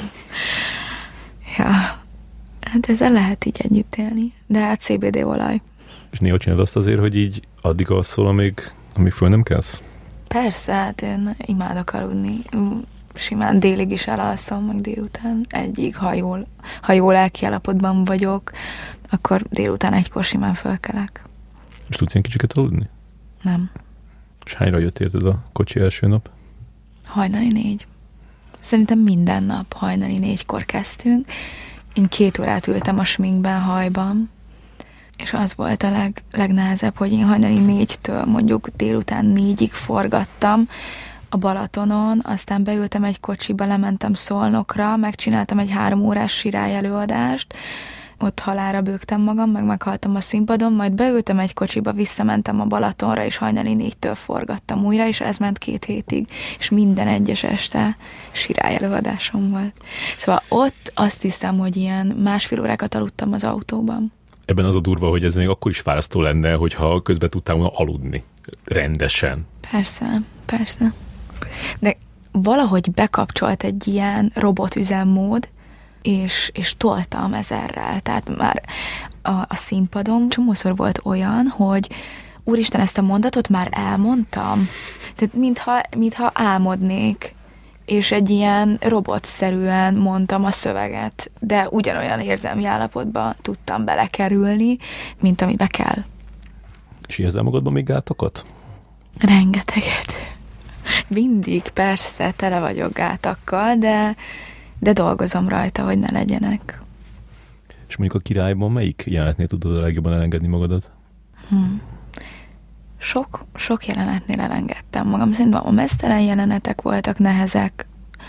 Ja, hát ezzel lehet így együtt élni. De hát cé bé dé olaj.
És néha csinálod azt azért, hogy így addig alszol, amíg, amíg föl nem kelsz?
Persze, hát én imádok aludni. Simán délig is elalszom, meg délután egyig, ha jól, ha jól lelki állapotban vagyok, akkor délután egykor simán fölkelek.
És tudsz ilyen kicsiket aludni?
Nem.
És hányra jött érted a kocsi első nap?
Hajnali négy. Szerintem minden nap hajnali négykor kezdtünk. Én két órát ültem a sminkben, hajban, és az volt a leg, legnehezebb, hogy én hajnali négytől mondjuk délután négyig forgattam a Balatonon, aztán beültem egy kocsiba, lementem Szolnokra, megcsináltam egy három órás sirály előadást, ott halálra bőgtem magam, meg meghaltam a színpadon, majd beültem egy kocsiba, visszamentem a Balatonra, és hajnali négytől forgattam újra, és ez ment két hétig, és minden egyes este sirály előadásom volt. Szóval ott azt hiszem, hogy ilyen másfél órákat aludtam az autóban.
Ebben az a durva, hogy ez még akkor is fárasztó lenne, hogyha közben tudtál volna aludni. Rendesen.
Persze, persze. De valahogy bekapcsolt egy ilyen robotüzemmód, és, és toltam ezerrel. Tehát már a, a színpadon csomószor volt olyan, hogy úristen, ezt a mondatot már elmondtam. Tehát mintha, mintha álmodnék, és egy ilyen robotszerűen mondtam a szöveget, de ugyanolyan érzelmi állapotba tudtam belekerülni, mint amibe kell.
És érzel magadban még gátakat?
Rengeteget. Mindig, persze, tele vagyok gátakkal, de, de dolgozom rajta, hogy ne legyenek.
És mondjuk a Királyban melyik jelenetnél tudod a legjobban elengedni magadat?
Hmm. Sok, sok jelenetnél elengedtem magam. Szerintem a meztelen jelenetek voltak nehezek,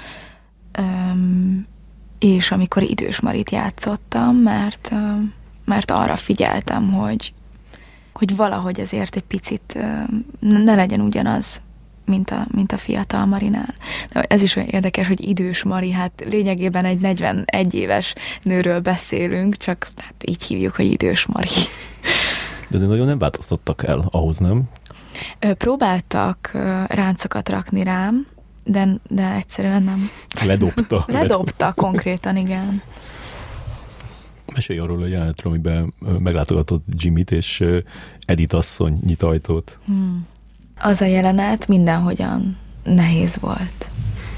Öm, és amikor Idős Marit játszottam, mert, öm, mert arra figyeltem, hogy, hogy valahogy azért egy picit öm, ne legyen ugyanaz, mint a, mint a fiatal Marinál. De ez is olyan érdekes, hogy Idős Mari, hát lényegében egy negyvenegy éves nőről beszélünk, csak hát így hívjuk, hogy Idős Mari.
De azért nagyon nem változtattak el ahhoz, nem?
Próbáltak ráncokat rakni rám, de, de egyszerűen nem.
Ledobta.
Ledobta konkrétan, igen.
Mesélj arról a jelenetről, amiben meglátogatott Jimmyt, és Edith asszony nyit ajtót.
Hmm. Az a jelenet mindenhogyan nehéz volt.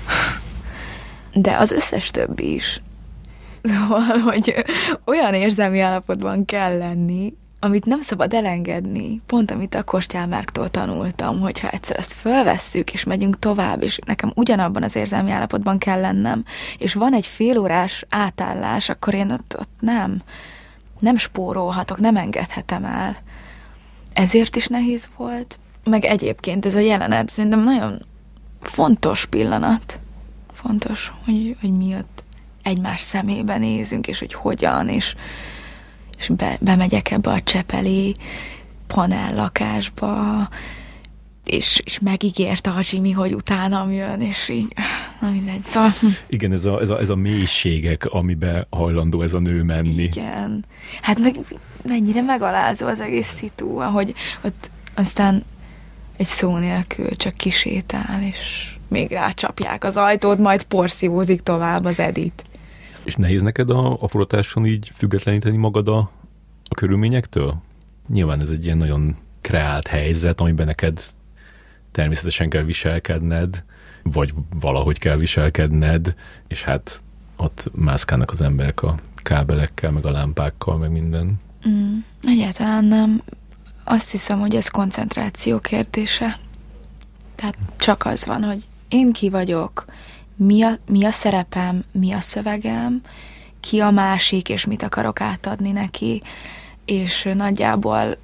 De az összes többi is. Szóval, hogy olyan érzelmi állapotban kell lenni, amit nem szabad elengedni, pont amit a Kostjál Márktól tanultam, hogyha egyszer ezt fölvesszük, és megyünk tovább, és nekem ugyanabban az érzelmi állapotban kell lennem, és van egy félórás átállás, akkor én ott, ott nem, nem spórolhatok, nem engedhetem el. Ezért is nehéz volt. Meg egyébként ez a jelenet szerintem nagyon fontos pillanat. Fontos, hogy, hogy mi ott egymás szemébe nézünk, és hogy hogyan, és és be, bemegyek ebbe a csepeli panellakásba, és, és megígérte a Jimmy, hogy utánam jön, és így, na mindegy, szóval...
Igen, ez a, ez a, ez a mélységek, amiben hajlandó ez a nő menni.
Igen. Hát meg mennyire megalázó az egész szitu, ahogy ott aztán egy szó nélkül csak kisétál, és még rácsapják az ajtót, majd porszívózik tovább az Edith.
És nehéz neked a, a forgatáson így függetleníteni magad a, a körülményektől? Nyilván ez egy ilyen nagyon kreált helyzet, amiben neked természetesen kell viselkedned, vagy valahogy kell viselkedned, és hát ott mászkálnak az emberek a kábelekkel, meg a lámpákkal, meg minden.
Mm, egyáltalán nem. Azt hiszem, hogy ez koncentráció kérdése. Tehát csak az van, hogy én ki vagyok, Mi a, mi a szerepem, mi a szövegem, ki a másik, és mit akarok átadni neki, és nagyjából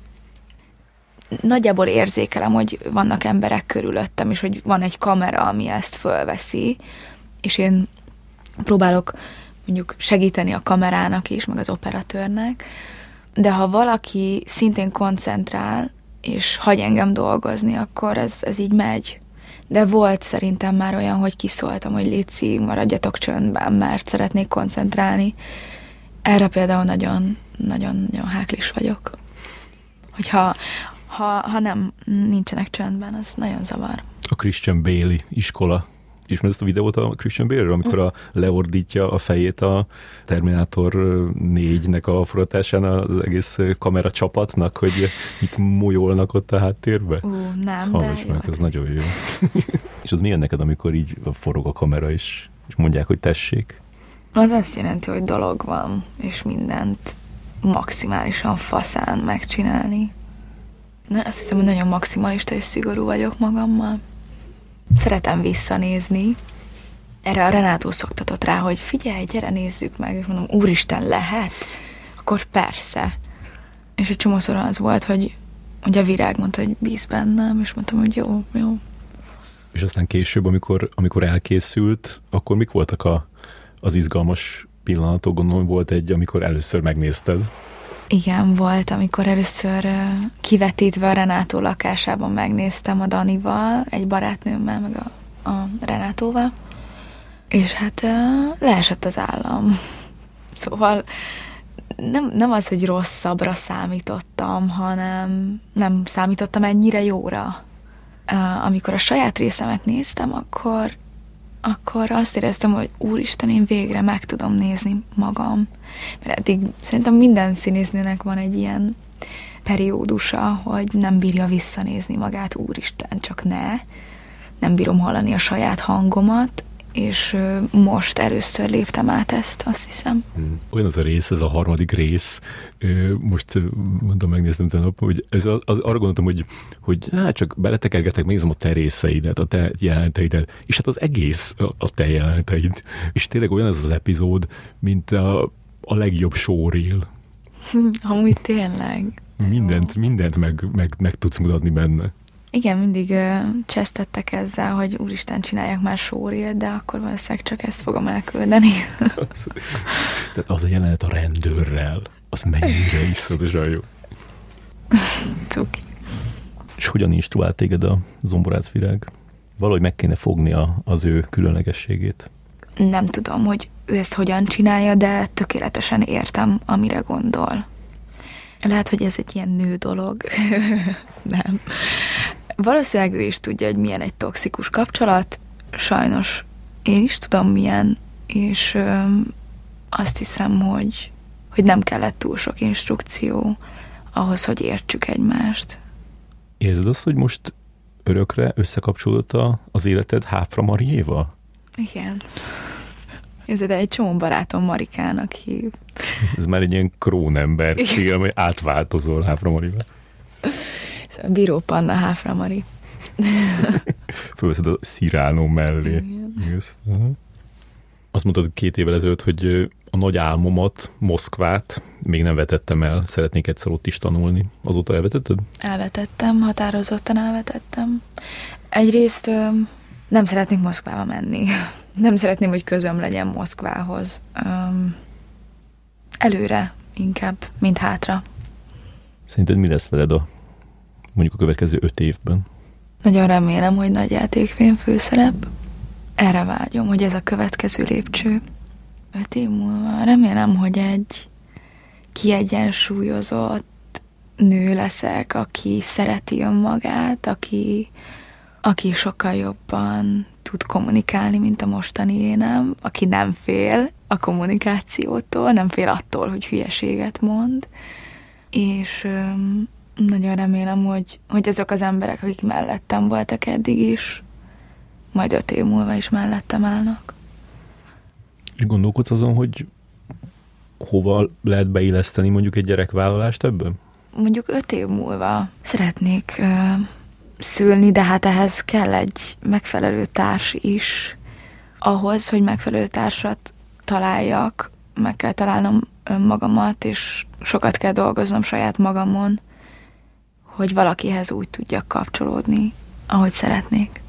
nagyjából érzékelem, hogy vannak emberek körülöttem, és hogy van egy kamera, ami ezt fölveszi, és én próbálok mondjuk segíteni a kamerának is, meg az operatőrnek, de ha valaki szintén koncentrál, és hagy engem dolgozni, akkor ez, ez így megy. De volt szerintem már olyan, hogy kiszóltam, hogy létszi, maradjatok csöndben, mert szeretnék koncentrálni. Erre például nagyon, nagyon, nagyon háklis vagyok. Hogyha ha, ha nem nincsenek csöndben, az nagyon zavar.
A Christian Bale iskola. Ismered ezt a videót a Christian Bale-ről, amikor a, leordítja a fejét a Terminátor négynek a forgatásán az egész kamera csapatnak, hogy itt molyolnak ott a háttérbe?
Ú, nem,
szóval
de
jó. Meg, ez nagyon jó. És az milyen neked, amikor így forog a kamera, és, és mondják, hogy tessék?
Az azt jelenti, hogy dolog van, és mindent maximálisan faszán megcsinálni. Na, azt hiszem, hogy nagyon maximalista és szigorú vagyok magammal. Szeretem visszanézni. Erre a Renátó szoktatott rá, hogy figyelj, gyere, nézzük meg, és mondom, úristen, lehet? Akkor persze. És egy csomószor az volt, hogy, hogy a Virág mondta, hogy bíz bennem, és mondtam, hogy jó, jó.
És aztán később, amikor, amikor elkészült, akkor mik voltak a, az izgalmas pillanatok? Gondolom, volt egy, amikor először megnézted.
Igen, volt, amikor először kivetítve a Renátó lakásában megnéztem a Danival, egy barátnőmmel, meg a, a Renátóval, és hát leesett az állam. Szóval nem, nem az, hogy rosszabbra számítottam, hanem nem számítottam ennyire jóra. Amikor a saját részemet néztem, akkor, akkor azt éreztem, hogy úristen, én végre meg tudom nézni magam. Mert eddig szerintem minden színésznőnek van egy ilyen periódusa, hogy nem bírja visszanézni magát, úristen, csak ne. Nem bírom hallani a saját hangomat, és most először léptem át ezt, azt hiszem.
Olyan az a rész, ez a harmadik rész, most mondom, megnéztem tegnap, hogy ez az, az, arra gondoltam, hogy, hogy hát csak beletekergetek, megnézem a te részeidet, a te jeleneteidet, és hát az egész a, a te jeleneteid. És tényleg olyan ez az epizód, mint a, a legjobb showreel.
Amúgy tényleg.
Mindent, mindent meg, meg, meg tudsz mutatni benne.
Igen, mindig uh, csesztettek ezzel, hogy úristen, csinálják már showreel, de akkor valószínűleg csak ezt fogom elküldeni.
Tehát az a jelenet a rendőrrel, az mennyire iszonyatosan jó.
Cuki.
És hogyan instruált téged a Zomborác Virág? Valahogy meg kéne fogni a, az ő különlegességét.
Nem tudom, hogy ő ezt hogyan csinálja, de tökéletesen értem, amire gondol. Lehet, hogy ez egy ilyen nő dolog. Nem. Valószínűleg ő is tudja, hogy milyen egy toxikus kapcsolat. Sajnos én is tudom, milyen, és ö, azt hiszem, hogy, hogy nem kellett túl sok instrukció ahhoz, hogy értsük egymást.
Érzed azt, hogy most örökre összekapcsolódott a, az életed Háfra Mariéval?
Igen. Képzeld el, egy csomó barátom Marikának hív.
Ez már egy ilyen krónember film, hogy átváltozol Háfra Marival.
Szóval Bíró Panna, Háfra Mari.
Fölveszed a Cyrano mellé. Igen. Azt mondtad két évvel ezelőtt, hogy a nagy álmomat, Moszkvát még nem vetettem el, szeretnék egyszer ott is tanulni. Azóta elvetetted?
Elvetettem, határozottan elvetettem. Egyrészt nem szeretnék Moszkvába menni. Nem szeretném, hogy közöm legyen Moszkvához. Előre inkább, mint hátra.
Szerinted mi lesz veled a mondjuk a következő öt évben?
Nagyon remélem, hogy nagy játékfilm főszerep. Erre vágyom, hogy ez a következő lépcső. Öt év múlva remélem, hogy egy kiegyensúlyozott nő leszek, aki szereti önmagát, aki, aki sokkal jobban tud kommunikálni, mint a mostani énem, aki nem fél a kommunikációtól, nem fél attól, hogy hülyeséget mond, és öm, nagyon remélem, hogy, hogy azok az emberek, akik mellettem voltak eddig is, majd öt év múlva is mellettem állnak.
És gondolkodsz azon, hogy hova lehet beilleszteni mondjuk egy gyerekvállalást ebben?
Mondjuk öt év múlva szeretnék ö, szülni, de hát ehhez kell egy megfelelő társ is. Ahhoz, hogy megfelelő társat találjak, meg kell találnom önmagamat, és sokat kell dolgoznom saját magamon, hogy valakihez úgy tudjak kapcsolódni, ahogy szeretnék.